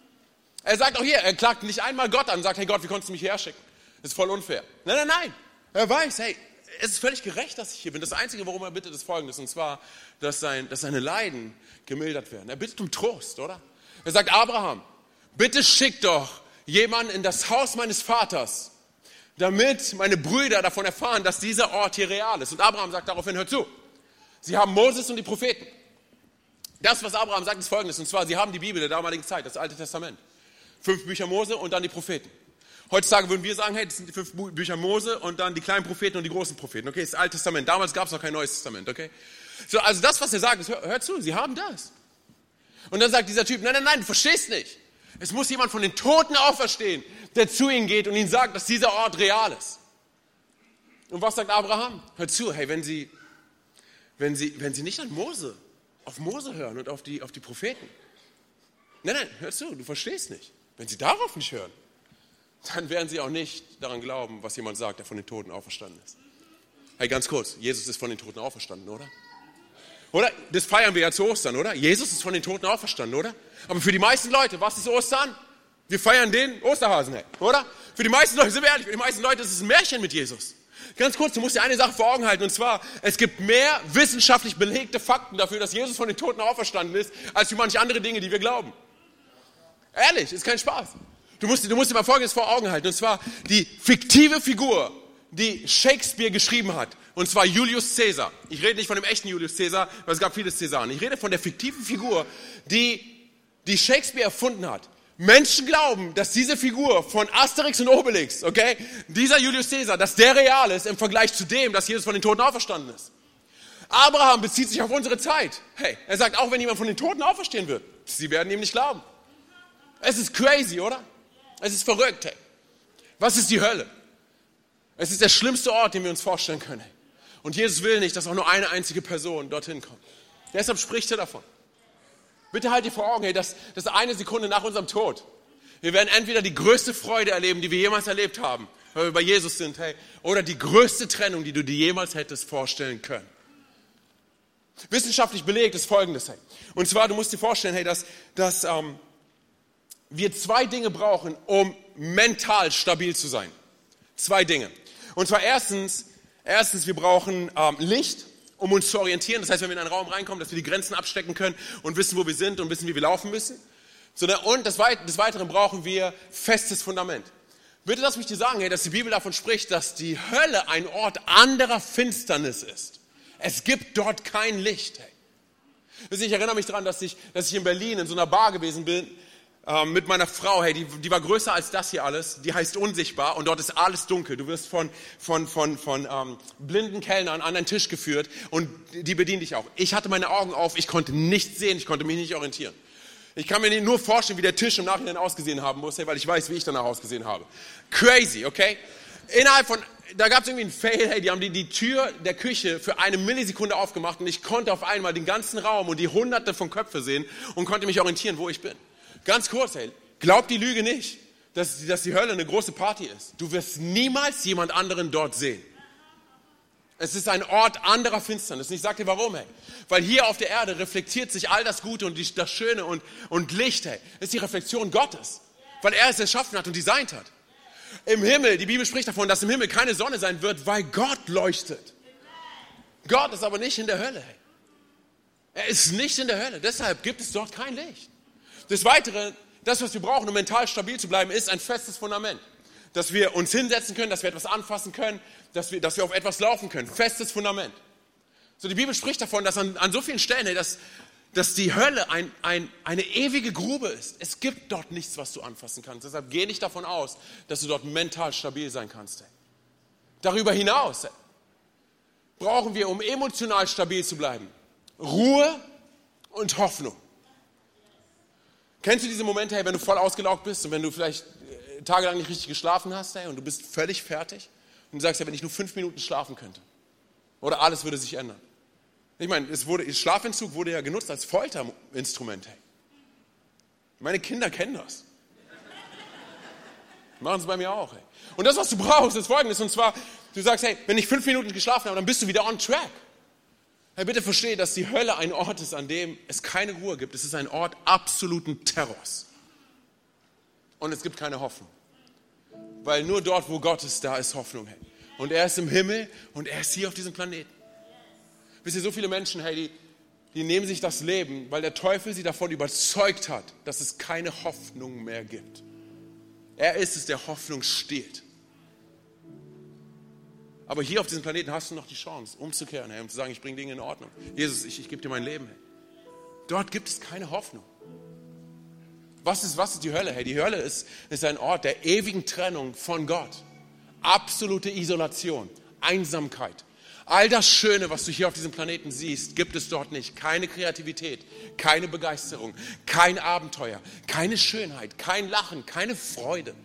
Er sagt auch hier, er klagt nicht einmal Gott an und sagt, hey Gott, wie konntest du mich hierher schicken? Das ist voll unfair. Nein, nein, nein. Er weiß, hey, es ist völlig gerecht, dass ich hier bin. Das Einzige, worum er bittet, ist Folgendes. Und zwar, dass, sein, dass seine Leiden gemildert werden. Er bittet um Trost, oder? Er sagt, Abraham, bitte schick doch jemanden in das Haus meines Vaters, damit meine Brüder davon erfahren, dass dieser Ort hier real ist. Und Abraham sagt daraufhin, hör zu. Sie haben Moses und die Propheten. Das, was Abraham sagt, ist Folgendes. Und zwar, sie haben die Bibel der damaligen Zeit, das Alte Testament. Fünf Bücher Mose und dann die Propheten. Heutzutage würden wir sagen, hey, das sind die fünf Bücher Mose und dann die kleinen Propheten und die großen Propheten. Okay, das ist das Alte Testament. Damals gab es noch kein Neues Testament, okay? So, also das, was er sagt, ist, hör, hör zu, sie haben das. Und dann sagt dieser Typ, nein, nein, nein, du verstehst nicht. Es muss jemand von den Toten auferstehen, der zu ihnen geht und ihnen sagt, dass dieser Ort real ist. Und was sagt Abraham? Hör zu, hey, wenn sie, wenn sie, wenn sie nicht an Mose, auf Mose hören und auf die, auf die Propheten. Nein, nein, hör zu, du verstehst nicht. Wenn sie darauf nicht hören, dann werden sie auch nicht daran glauben, was jemand sagt, der von den Toten auferstanden ist. Hey, ganz kurz, Jesus ist von den Toten auferstanden, oder? Oder? Das feiern wir ja zu Ostern, oder? Jesus ist von den Toten auferstanden, oder? Aber für die meisten Leute, was ist Ostern? Wir feiern den Osterhasen, hey, oder? Für die meisten Leute, sind wir ehrlich, für die meisten Leute ist es ein Märchen mit Jesus. Ganz kurz, du musst dir eine Sache vor Augen halten, und zwar, es gibt mehr wissenschaftlich belegte Fakten dafür, dass Jesus von den Toten auferstanden ist, als für manche andere Dinge, die wir glauben. Ehrlich, ist kein Spaß. Du musst, du musst dir mal Folgendes vor Augen halten, und zwar die fiktive Figur, die Shakespeare geschrieben hat, und zwar Julius Caesar. Ich rede nicht von dem echten Julius Caesar, weil es gab viele Caesaren. Ich rede von der fiktiven Figur, die, die Shakespeare erfunden hat. Menschen glauben, dass diese Figur von Asterix und Obelix, okay, dieser Julius Caesar, dass der real ist im Vergleich zu dem, dass Jesus von den Toten auferstanden ist. Abraham bezieht sich auf unsere Zeit. Hey, er sagt, auch wenn jemand von den Toten auferstehen wird, sie werden ihm nicht glauben. Es ist crazy, oder? Es ist verrückt, hey. Was ist die Hölle? Es ist der schlimmste Ort, den wir uns vorstellen können. Hey. Und Jesus will nicht, dass auch nur eine einzige Person dorthin kommt. Deshalb spricht er davon. Bitte halt dir vor Augen, hey, dass, dass eine Sekunde nach unserem Tod, wir werden entweder die größte Freude erleben, die wir jemals erlebt haben, weil wir bei Jesus sind, hey, oder die größte Trennung, die du dir jemals hättest vorstellen können. Wissenschaftlich belegt ist Folgendes, hey. Und zwar, du musst dir vorstellen, hey, dass, dass ähm, wir zwei Dinge brauchen, um mental stabil zu sein. Zwei Dinge. Und zwar erstens, erstens wir brauchen ähm, Licht, um uns zu orientieren. Das heißt, wenn wir in einen Raum reinkommen, dass wir die Grenzen abstecken können und wissen, wo wir sind und wissen, wie wir laufen müssen. Und des Weiteren brauchen wir festes Fundament. Bitte lass mich dir sagen, hey, dass die Bibel davon spricht, dass die Hölle ein Ort anderer Finsternis ist. Es gibt dort kein Licht. Hey. Ich erinnere mich daran, dass ich, dass ich in Berlin in so einer Bar gewesen bin, mit meiner Frau, hey, die, die war größer als das hier alles, die heißt Unsichtbar und dort ist alles dunkel. Du wirst von, von, von, von ähm, blinden Kellnern an einen Tisch geführt und die bedienen dich auch. Ich hatte meine Augen auf, ich konnte nichts sehen, ich konnte mich nicht orientieren. Ich kann mir nur vorstellen, wie der Tisch im Nachhinein ausgesehen haben muss, hey, weil ich weiß, wie ich danach ausgesehen habe. Crazy, okay? Innerhalb von, da gab es irgendwie einen Fail, hey, die haben die, die Tür der Küche für eine Millisekunde aufgemacht und ich konnte auf einmal den ganzen Raum und die hunderte von Köpfe sehen und konnte mich orientieren, wo ich bin. Ganz kurz, hey, glaub die Lüge nicht, dass, dass die Hölle eine große Party ist. Du wirst niemals jemand anderen dort sehen. Es ist ein Ort anderer Finsternis. Und ich sage dir warum, hey. Weil hier auf der Erde reflektiert sich all das Gute und die, das Schöne und, und Licht, hey. Das ist die Reflexion Gottes. Weil er es erschaffen hat und designt hat. Im Himmel, die Bibel spricht davon, dass im Himmel keine Sonne sein wird, weil Gott leuchtet. Gott ist aber nicht in der Hölle, hey. Er ist nicht in der Hölle. Deshalb gibt es dort kein Licht. Des Weiteren, das, was wir brauchen, um mental stabil zu bleiben, ist ein festes Fundament. Dass wir uns hinsetzen können, dass wir etwas anfassen können, dass wir, dass wir auf etwas laufen können. Festes Fundament. So, die Bibel spricht davon, dass an, an so vielen Stellen, hey, dass, dass die Hölle ein, ein, eine ewige Grube ist. Es gibt dort nichts, was du anfassen kannst. Deshalb geh nicht davon aus, dass du dort mental stabil sein kannst. Hey. Darüber hinaus hey, brauchen wir, um emotional stabil zu bleiben, Ruhe und Hoffnung. Kennst du diese Momente, hey, wenn du voll ausgelaugt bist und wenn du vielleicht äh, tagelang nicht richtig geschlafen hast, hey, und du bist völlig fertig und du sagst, hey, wenn ich nur fünf Minuten schlafen könnte, oder alles würde sich ändern. Ich meine, es wurde, Schlafentzug wurde ja genutzt als Folterinstrument, hey. Meine Kinder kennen das. Machen sie bei mir auch, hey. Und das, was du brauchst, ist Folgendes, und zwar, du sagst, hey, wenn ich fünf Minuten geschlafen habe, dann bist du wieder on track. Hey, bitte verstehe, dass die Hölle ein Ort ist, an dem es keine Ruhe gibt. Es ist ein Ort absoluten Terrors. Und es gibt keine Hoffnung. Weil nur dort, wo Gott ist, da ist Hoffnung. Hey. Und er ist im Himmel und er ist hier auf diesem Planeten. Wisst ihr, so viele Menschen, hey, die, die nehmen sich das Leben, weil der Teufel sie davon überzeugt hat, dass es keine Hoffnung mehr gibt. Er ist es, der Hoffnung stiehlt. Aber hier auf diesem Planeten hast du noch die Chance, umzukehren, hey, um zu sagen, ich bringe Dinge in Ordnung. Jesus, ich, ich gebe dir mein Leben. Hey. Dort gibt es keine Hoffnung. Was ist, was ist die Hölle? Hey, die Hölle ist, ist ein Ort der ewigen Trennung von Gott. Absolute Isolation, Einsamkeit. All das Schöne, was du hier auf diesem Planeten siehst, gibt es dort nicht. Keine Kreativität, keine Begeisterung, kein Abenteuer, keine Schönheit, kein Lachen, keine Freude.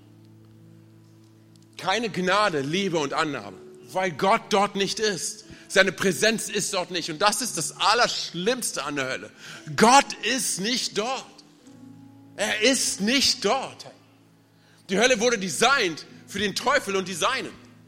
Keine Gnade, Liebe und Annahme, weil Gott dort nicht ist. Seine Präsenz ist dort nicht. Und das ist das Allerschlimmste an der Hölle. Gott ist nicht dort. Er ist nicht dort. Die Hölle wurde designt für den Teufel und die Seinen.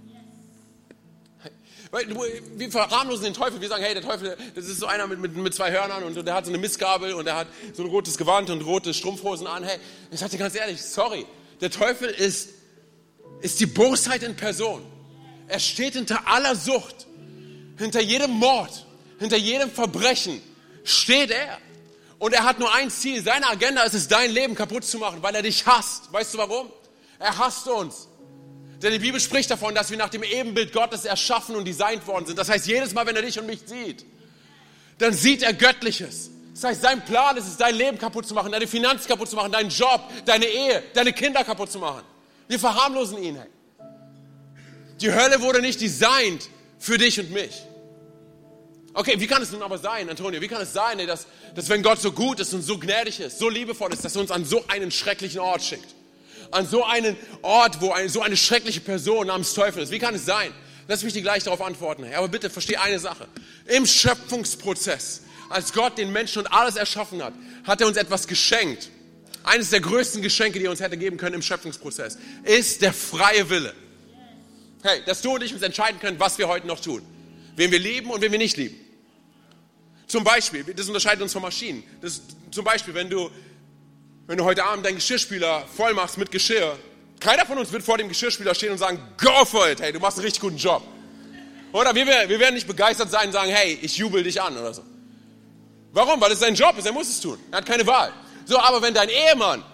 Wir verharmlosen den Teufel. Wir sagen, hey, der Teufel, das ist so einer mit, mit, mit zwei Hörnern und, und der hat so eine Mistgabel und der hat so ein rotes Gewand und rote Strumpfhosen an. Hey, ich sage dir ganz ehrlich, sorry, der Teufel ist ist die Bosheit in Person. Er steht hinter aller Sucht, hinter jedem Mord, hinter jedem Verbrechen steht er. Und er hat nur ein Ziel, seine Agenda ist es, dein Leben kaputt zu machen, weil er dich hasst. Weißt du warum? Er hasst uns. Denn die Bibel spricht davon, dass wir nach dem Ebenbild Gottes erschaffen und designt worden sind. Das heißt, jedes Mal, wenn er dich und mich sieht, dann sieht er Göttliches. Das heißt, sein Plan ist es, dein Leben kaputt zu machen, deine Finanzen kaputt zu machen, deinen Job, deine Ehe, deine Kinder kaputt zu machen. Wir verharmlosen ihn. Hey. Die Hölle wurde nicht designt für dich und mich. Okay, wie kann es nun aber sein, Antonio, wie kann es sein, ey, dass, dass wenn Gott so gut ist und so gnädig ist, so liebevoll ist, dass er uns an so einen schrecklichen Ort schickt? An so einen Ort, wo eine, so eine schreckliche Person namens Teufel ist. Wie kann es sein? Lass mich dir gleich darauf antworten. Hey. Aber bitte, versteh eine Sache. Im Schöpfungsprozess, als Gott den Menschen und alles erschaffen hat, hat er uns etwas geschenkt. Eines der größten Geschenke, die er uns hätte geben können im Schöpfungsprozess, ist der freie Wille. Hey, dass du und ich uns entscheiden können, was wir heute noch tun. Wen wir lieben und wen wir nicht lieben. Zum Beispiel, das unterscheidet uns von Maschinen. Das, zum Beispiel, wenn du, wenn du heute Abend deinen Geschirrspüler voll machst mit Geschirr, keiner von uns wird vor dem Geschirrspüler stehen und sagen, go for it, hey, du machst einen richtig guten Job. Oder wir, wir werden nicht begeistert sein und sagen, hey, ich jubel dich an oder so. Warum? Weil es sein Job ist, er muss es tun. Er hat keine Wahl. So, aber wenn dein Ehemann,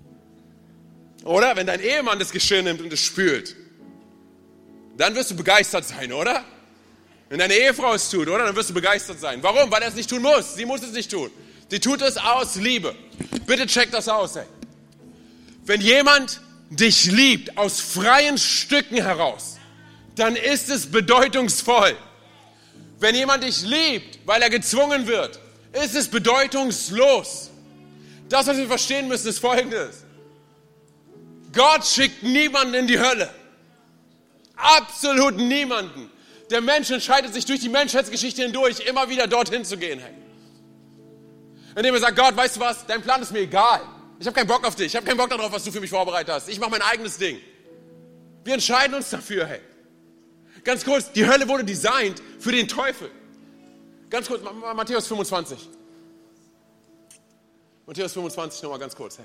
oder? Wenn dein Ehemann das Geschirr nimmt und es spült, dann wirst du begeistert sein, oder? Wenn deine Ehefrau es tut, oder? Dann wirst du begeistert sein. Warum? Weil er es nicht tun muss. Sie muss es nicht tun. Sie tut es aus Liebe. Bitte check das aus, ey. Wenn jemand dich liebt, aus freien Stücken heraus, dann ist es bedeutungsvoll. Wenn jemand dich liebt, weil er gezwungen wird, ist es bedeutungslos. Das, was wir verstehen müssen, ist Folgendes. Gott schickt niemanden in die Hölle. Absolut niemanden. Der Mensch entscheidet sich durch die Menschheitsgeschichte hindurch, immer wieder dorthin zu gehen. Hey. Indem er sagt, Gott, weißt du was, dein Plan ist mir egal. Ich habe keinen Bock auf dich, ich habe keinen Bock darauf, was du für mich vorbereitet hast. Ich mache mein eigenes Ding. Wir entscheiden uns dafür, hey. Ganz kurz, die Hölle wurde designt für den Teufel. Ganz kurz, Matthäus fünfundzwanzig. Matthäus fünfundzwanzig, nochmal ganz kurz, hey.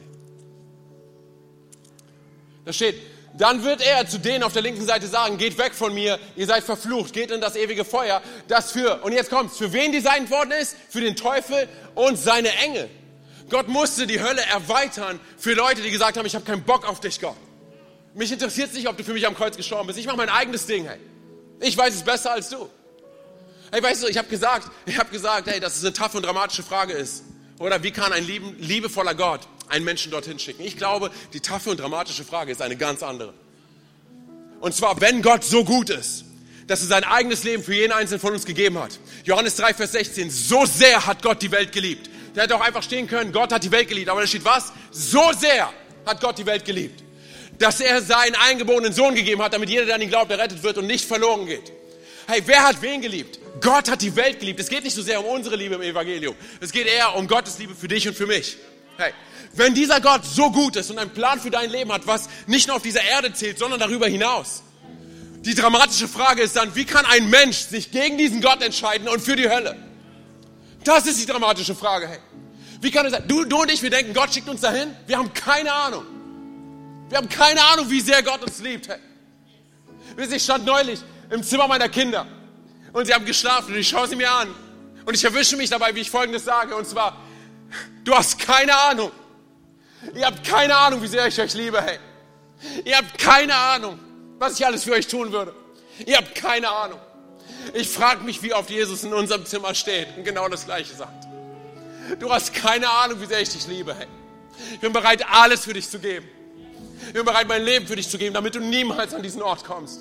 Da steht, dann wird er zu denen auf der linken Seite sagen, geht weg von mir, ihr seid verflucht, geht in das ewige Feuer, das für, und jetzt kommt's, für wen designt worden ist? Für den Teufel und seine Engel. Gott musste die Hölle erweitern für Leute, die gesagt haben, ich habe keinen Bock auf dich, Gott. Mich interessiert es nicht, ob du für mich am Kreuz gestorben bist. Ich mache mein eigenes Ding, hey. Ich weiß es besser als du. Hey, weißt du, ich habe gesagt, ich habe gesagt, hey, dass es eine taffe und dramatische Frage ist. Oder wie kann ein lieben, liebevoller Gott einen Menschen dorthin schicken? Ich glaube, die taffe und dramatische Frage ist eine ganz andere. Und zwar, wenn Gott so gut ist, dass er sein eigenes Leben für jeden Einzelnen von uns gegeben hat. Johannes drei, Vers sechzehn, so sehr hat Gott die Welt geliebt. Der hätte auch einfach stehen können, Gott hat die Welt geliebt. Aber da steht was? So sehr hat Gott die Welt geliebt, dass er seinen eingeborenen Sohn gegeben hat, damit jeder, der an ihn glaubt, errettet wird und nicht verloren geht. Hey, wer hat wen geliebt? Gott hat die Welt geliebt. Es geht nicht so sehr um unsere Liebe im Evangelium. Es geht eher um Gottes Liebe für dich und für mich. Hey, wenn dieser Gott so gut ist und einen Plan für dein Leben hat, was nicht nur auf dieser Erde zählt, sondern darüber hinaus. Die dramatische Frage ist dann, wie kann ein Mensch sich gegen diesen Gott entscheiden und für die Hölle? Das ist die dramatische Frage. Hey, wie kann es sein? Du, du und ich, wir denken, Gott schickt uns dahin. Wir haben keine Ahnung. Wir haben keine Ahnung, wie sehr Gott uns liebt. Hey. Ich stand neulich im Zimmer meiner Kinder und sie haben geschlafen und ich schaue sie mir an und ich erwische mich dabei, wie ich Folgendes sage, und zwar, du hast keine Ahnung. Ihr habt keine Ahnung, wie sehr ich euch liebe. Hey. Ihr habt keine Ahnung, was ich alles für euch tun würde. Ihr habt keine Ahnung. Ich frage mich, wie oft Jesus in unserem Zimmer steht und genau das Gleiche sagt. Du hast keine Ahnung, wie sehr ich dich liebe. Hey. Ich bin bereit, alles für dich zu geben. Ich bin bereit, mein Leben für dich zu geben, damit du niemals an diesen Ort kommst.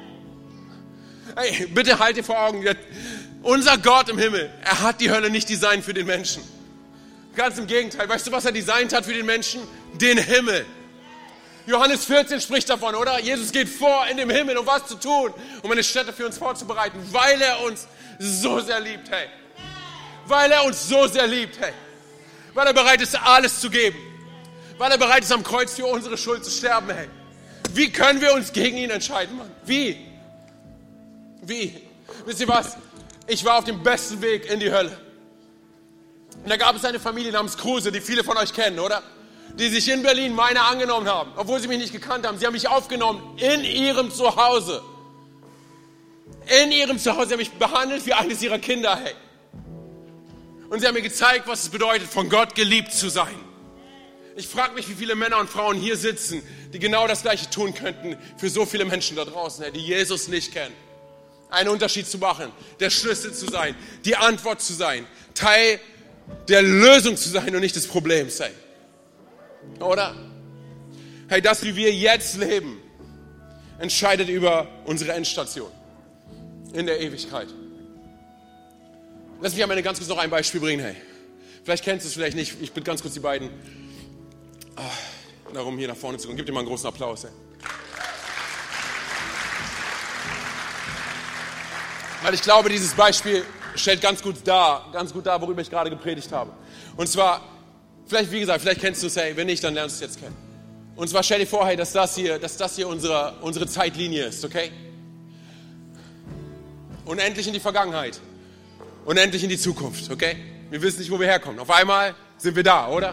Hey, bitte halt dir vor Augen, unser Gott im Himmel, er hat die Hölle nicht designt für den Menschen. Ganz im Gegenteil. Weißt du, was er designt hat für den Menschen? Den Himmel. Johannes vierzehn spricht davon, oder? Jesus geht vor in dem Himmel, um was zu tun, um eine Stätte für uns vorzubereiten, weil er uns so sehr liebt, hey. Weil er uns so sehr liebt, hey. Weil er bereit ist, alles zu geben. Weil er bereit ist, am Kreuz für unsere Schuld zu sterben, hey. Wie können wir uns gegen ihn entscheiden, Mann? Wie? Wie? Wisst ihr was? Ich war auf dem besten Weg in die Hölle. Und da gab es eine Familie namens Kruse, die viele von euch kennen, oder? Die sich in Berlin meiner angenommen haben, obwohl sie mich nicht gekannt haben. Sie haben mich aufgenommen in ihrem Zuhause. In ihrem Zuhause. Sie haben mich behandelt wie eines ihrer Kinder, hey. Und sie haben mir gezeigt, was es bedeutet, von Gott geliebt zu sein. Ich frage mich, wie viele Männer und Frauen hier sitzen, die genau das Gleiche tun könnten für so viele Menschen da draußen, hey, die Jesus nicht kennen. Einen Unterschied zu machen, der Schlüssel zu sein, die Antwort zu sein, Teil der Lösung zu sein und nicht des Problems, hey. Oder? Hey, das, wie wir jetzt leben, entscheidet über unsere Endstation in der Ewigkeit. Lass mich einmal ganz kurz noch ein Beispiel bringen, hey. Vielleicht kennst du es, vielleicht nicht. Ich bitte ganz kurz die beiden oh, darum, hier nach vorne zu kommen. Gib dir mal einen großen Applaus, hey. Weil ich glaube, dieses Beispiel stellt ganz gut dar, ganz gut dar, worüber ich gerade gepredigt habe. Und zwar, vielleicht, wie gesagt, vielleicht kennst du es, hey, wenn nicht, dann lernst du es jetzt kennen. Und zwar stell dir vor, hey, dass das hier, dass das hier unsere, unsere Zeitlinie ist, okay? Unendlich in die Vergangenheit. Unendlich in die Zukunft, okay? Wir wissen nicht, wo wir herkommen. Auf einmal sind wir da, oder?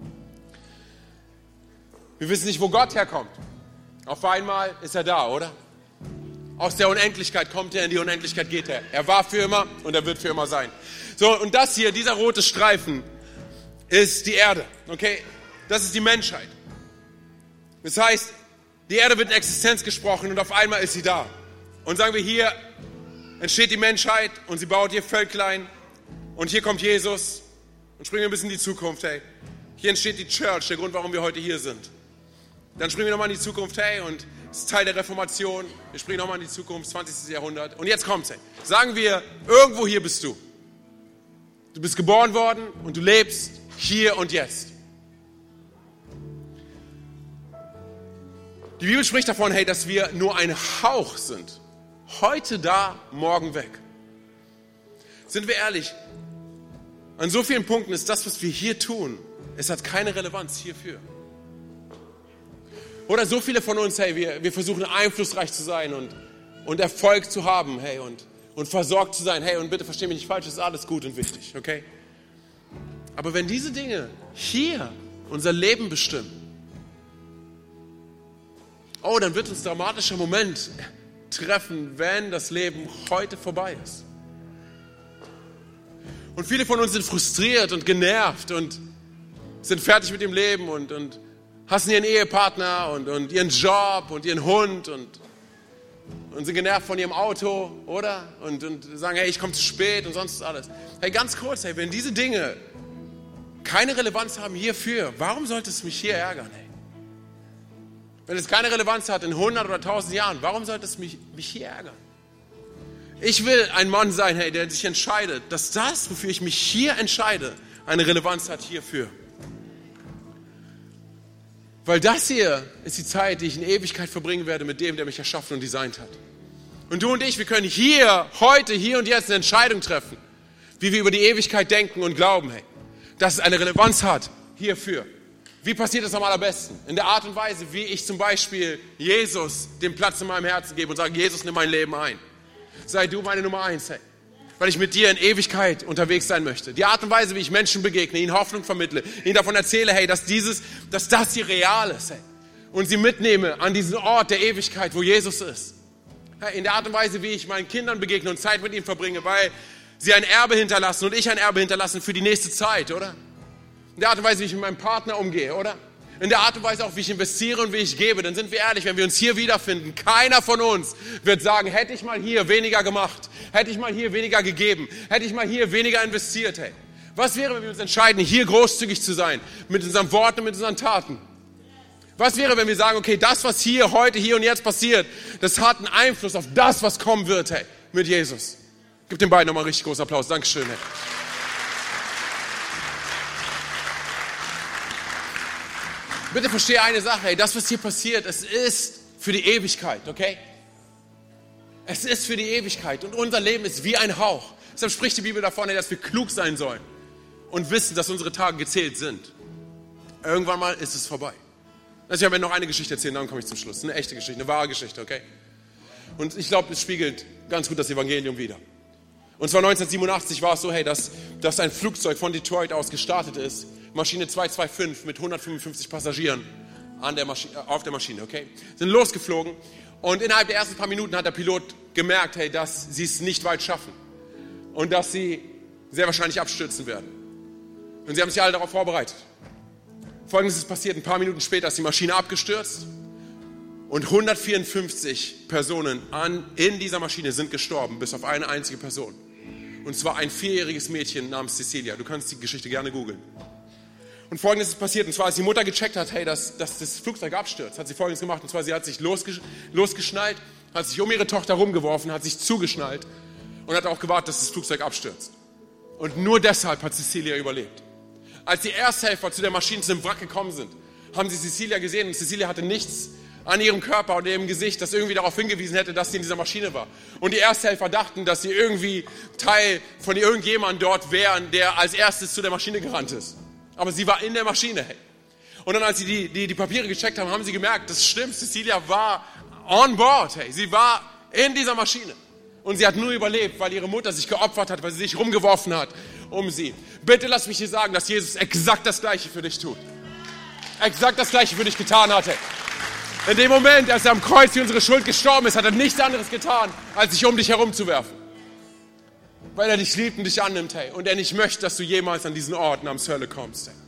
Wir wissen nicht, wo Gott herkommt. Auf einmal ist er da, oder? Aus der Unendlichkeit kommt er, in die Unendlichkeit geht er. Er war für immer und er wird für immer sein. So, und das hier, dieser rote Streifen, ist die Erde, okay? Das ist die Menschheit. Das heißt, die Erde wird in Existenz gesprochen und auf einmal ist sie da. Und sagen wir, hier entsteht die Menschheit und sie baut ihr Völklein und hier kommt Jesus und springen wir ein bisschen in die Zukunft, hey. Hier entsteht die Church, der Grund, warum wir heute hier sind. Dann springen wir nochmal in die Zukunft, hey, und das ist Teil der Reformation. Wir springen nochmal in die Zukunft, zwanzigsten Jahrhundert. Und jetzt kommt's, hey. Sagen wir, irgendwo hier bist du. Du bist geboren worden und du lebst hier und jetzt. Die Bibel spricht davon, hey, dass wir nur ein Hauch sind. Heute da, morgen weg. Sind wir ehrlich, an so vielen Punkten ist das, was wir hier tun, es hat keine Relevanz hierfür. Oder so viele von uns, hey, wir, wir versuchen einflussreich zu sein und, und Erfolg zu haben, hey, und, und versorgt zu sein. Hey, und bitte versteh mich nicht falsch, das ist alles gut und wichtig, okay? Aber wenn diese Dinge hier unser Leben bestimmen, oh, dann wird uns ein dramatischer Moment treffen, wenn das Leben heute vorbei ist. Und viele von uns sind frustriert und genervt und sind fertig mit dem Leben und, und hassen ihren Ehepartner und, und ihren Job und ihren Hund und, und sind genervt von ihrem Auto, oder? Und, und sagen, hey, ich komme zu spät und sonst alles. Hey, ganz kurz, hey, wenn diese Dinge keine Relevanz haben hierfür, warum sollte es mich hier ärgern, hey? Wenn es keine Relevanz hat in hundert oder tausend Jahren, warum sollte es mich, mich hier ärgern? Ich will ein Mann sein, hey, der sich entscheidet, dass das, wofür ich mich hier entscheide, eine Relevanz hat hierfür. Weil das hier ist die Zeit, die ich in Ewigkeit verbringen werde mit dem, der mich erschaffen und designt hat. Und du und ich, wir können hier, heute, hier und jetzt eine Entscheidung treffen, wie wir über die Ewigkeit denken und glauben, hey, dass es eine Relevanz hat hierfür. Wie passiert das am allerbesten? In der Art und Weise, wie ich zum Beispiel Jesus den Platz in meinem Herzen gebe und sage, Jesus, nimm mein Leben ein. Sei du meine Nummer eins, hey. Weil ich mit dir in Ewigkeit unterwegs sein möchte. Die Art und Weise, wie ich Menschen begegne, ihnen Hoffnung vermittle, ihnen davon erzähle, hey, dass dieses, dass das hier real ist, hey. Und sie mitnehme an diesen Ort der Ewigkeit, wo Jesus ist. Hey, in der Art und Weise, wie ich meinen Kindern begegne und Zeit mit ihnen verbringe, weil sie ein Erbe hinterlassen und ich ein Erbe hinterlassen für die nächste Zeit, oder? In der Art und Weise, wie ich mit meinem Partner umgehe, oder? In der Art und Weise auch, wie ich investiere und wie ich gebe. Dann sind wir ehrlich, wenn wir uns hier wiederfinden, keiner von uns wird sagen, hätte ich mal hier weniger gemacht, hätte ich mal hier weniger gegeben, hätte ich mal hier weniger investiert. Hey. Was wäre, wenn wir uns entscheiden, hier großzügig zu sein, mit unseren Worten und mit unseren Taten? Was wäre, wenn wir sagen, okay, das, was hier, heute, hier und jetzt passiert, das hat einen Einfluss auf das, was kommen wird, hey, mit Jesus. Gib den beiden nochmal einen richtig großen Applaus. Dankeschön, hey. Bitte verstehe eine Sache, hey, das, was hier passiert, es ist für die Ewigkeit, okay? Es ist für die Ewigkeit und unser Leben ist wie ein Hauch. Deshalb spricht die Bibel davon, hey, dass wir klug sein sollen und wissen, dass unsere Tage gezählt sind. Irgendwann mal ist es vorbei. Also ich werde noch eine Geschichte erzählen, dann komme ich zum Schluss. Eine echte Geschichte, eine wahre Geschichte, okay? Und ich glaube, es spiegelt ganz gut das Evangelium wider. Und zwar neunzehnhundertsiebenundachtzig war es so, hey, dass, dass ein Flugzeug von Detroit aus gestartet ist, Maschine zwei zwei fünf mit hundertfünfundfünfzig Passagieren an der Maschi- auf der Maschine, okay? Sind losgeflogen und innerhalb der ersten paar Minuten hat der Pilot gemerkt, hey, dass sie es nicht weit schaffen und dass sie sehr wahrscheinlich abstürzen werden. Und sie haben sich alle darauf vorbereitet. Folgendes ist passiert, ein paar Minuten später ist die Maschine abgestürzt und hundertvierundfünfzig Personen an, in dieser Maschine sind gestorben, bis auf eine einzige Person. Und zwar ein vierjähriges Mädchen namens Cecilia. Du kannst die Geschichte gerne googeln. Und Folgendes ist passiert, und zwar als die Mutter gecheckt hat, hey, dass, dass das Flugzeug abstürzt, hat sie Folgendes gemacht, und zwar sie hat sich losgesch- losgeschnallt, hat sich um ihre Tochter rumgeworfen, hat sich zugeschnallt und hat auch gewartet, dass das Flugzeug abstürzt. Und nur deshalb hat Cecilia überlebt. Als die Ersthelfer zu der Maschine, zu dem Wrack gekommen sind, haben sie Cecilia gesehen und Cecilia hatte nichts an ihrem Körper und ihrem Gesicht, das irgendwie darauf hingewiesen hätte, dass sie in dieser Maschine war. Und die Ersthelfer dachten, dass sie irgendwie Teil von irgendjemandem dort wären, der als erstes zu der Maschine gerannt ist. Aber sie war in der Maschine. Hey. Und dann, als sie die, die, die Papiere gecheckt haben, haben sie gemerkt, das stimmt, Cecilia war on board. Hey. Sie war in dieser Maschine. Und sie hat nur überlebt, weil ihre Mutter sich geopfert hat, weil sie sich rumgeworfen hat um sie. Bitte lass mich dir sagen, dass Jesus exakt das Gleiche für dich tut. Exakt das Gleiche für dich getan hat. Hey. In dem Moment, als er am Kreuz für unsere Schuld gestorben ist, hat er nichts anderes getan, als sich um dich herumzuwerfen. Weil er dich liebt und dich annimmt, hey. Und er nicht möchte, dass du jemals an diesen Ort namens Hölle kommst, hey.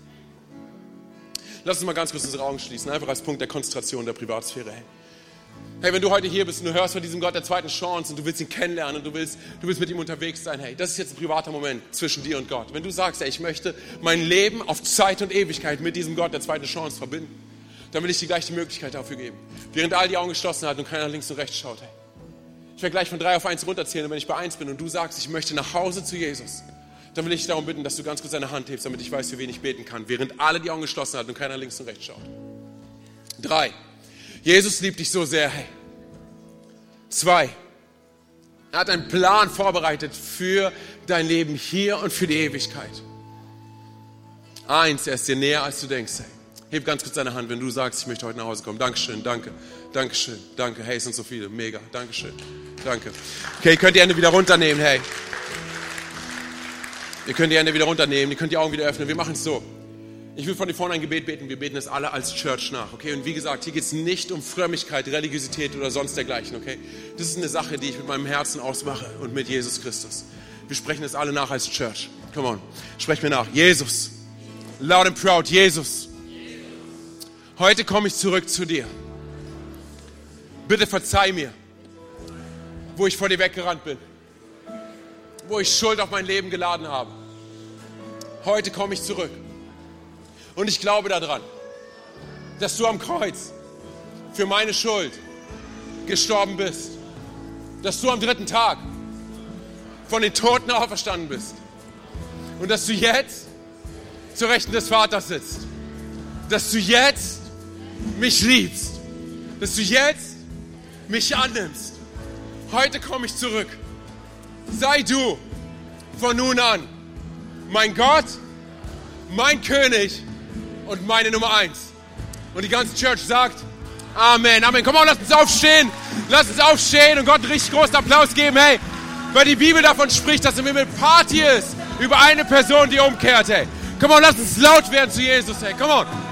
Lass uns mal ganz kurz unsere Augen schließen, einfach als Punkt der Konzentration der Privatsphäre, hey. Hey, wenn du heute hier bist und du hörst von diesem Gott der zweiten Chance und du willst ihn kennenlernen und du willst, du willst mit ihm unterwegs sein, hey, das ist jetzt ein privater Moment zwischen dir und Gott. Wenn du sagst, hey, ich möchte mein Leben auf Zeit und Ewigkeit mit diesem Gott der zweiten Chance verbinden, dann will ich dir gleich die Möglichkeit dafür geben. Während all die Augen geschlossen hat und keiner links und rechts schaut, hey. Ich werde gleich von drei auf eins runterzählen und wenn ich bei eins bin und du sagst, ich möchte nach Hause zu Jesus, dann will ich dich darum bitten, dass du ganz kurz deine Hand hebst, damit ich weiß, für wen ich beten kann, während alle die Augen geschlossen hat und keiner links und rechts schaut. Drei. Jesus liebt dich so sehr, hey. Zwei. Er hat einen Plan vorbereitet für dein Leben hier und für die Ewigkeit. Eins, er ist dir näher, als du denkst, hey. Heb ganz kurz deine Hand, wenn du sagst, ich möchte heute nach Hause kommen. Dankeschön, danke, Dankeschön, danke. Hey, es sind so viele, mega, Dankeschön, danke. Okay, ihr könnt die Hände wieder runternehmen, hey. Ihr könnt die Hände wieder runternehmen, ihr könnt die Augen wieder öffnen. Wir machen es so. Ich will von dir vorne ein Gebet beten, wir beten es alle als Church nach, okay? Und wie gesagt, hier geht es nicht um Frömmigkeit, Religiosität oder sonst dergleichen, okay? Das ist eine Sache, die ich mit meinem Herzen ausmache und mit Jesus Christus. Wir sprechen es alle nach als Church. Come on, sprech mir nach. Jesus, loud and proud, Jesus. Heute komme ich zurück zu dir. Bitte verzeih mir, wo ich vor dir weggerannt bin, wo ich Schuld auf mein Leben geladen habe. Heute komme ich zurück. Und ich glaube daran, dass du am Kreuz für meine Schuld gestorben bist. Dass du am dritten Tag von den Toten auferstanden bist. Und dass du jetzt zur Rechten des Vaters sitzt. Dass du jetzt mich liebst. Dass du jetzt mich annimmst. Heute komme ich zurück. Sei du von nun an mein Gott, mein König und meine Nummer eins. Und die ganze Church sagt Amen. Amen. Komm on, lass uns aufstehen. Lass uns aufstehen und Gott einen richtig großen Applaus geben. Hey, weil die Bibel davon spricht, dass im Himmel Party ist über eine Person, die umkehrt. Hey, komm on, lass uns laut werden zu Jesus. Hey, komm on.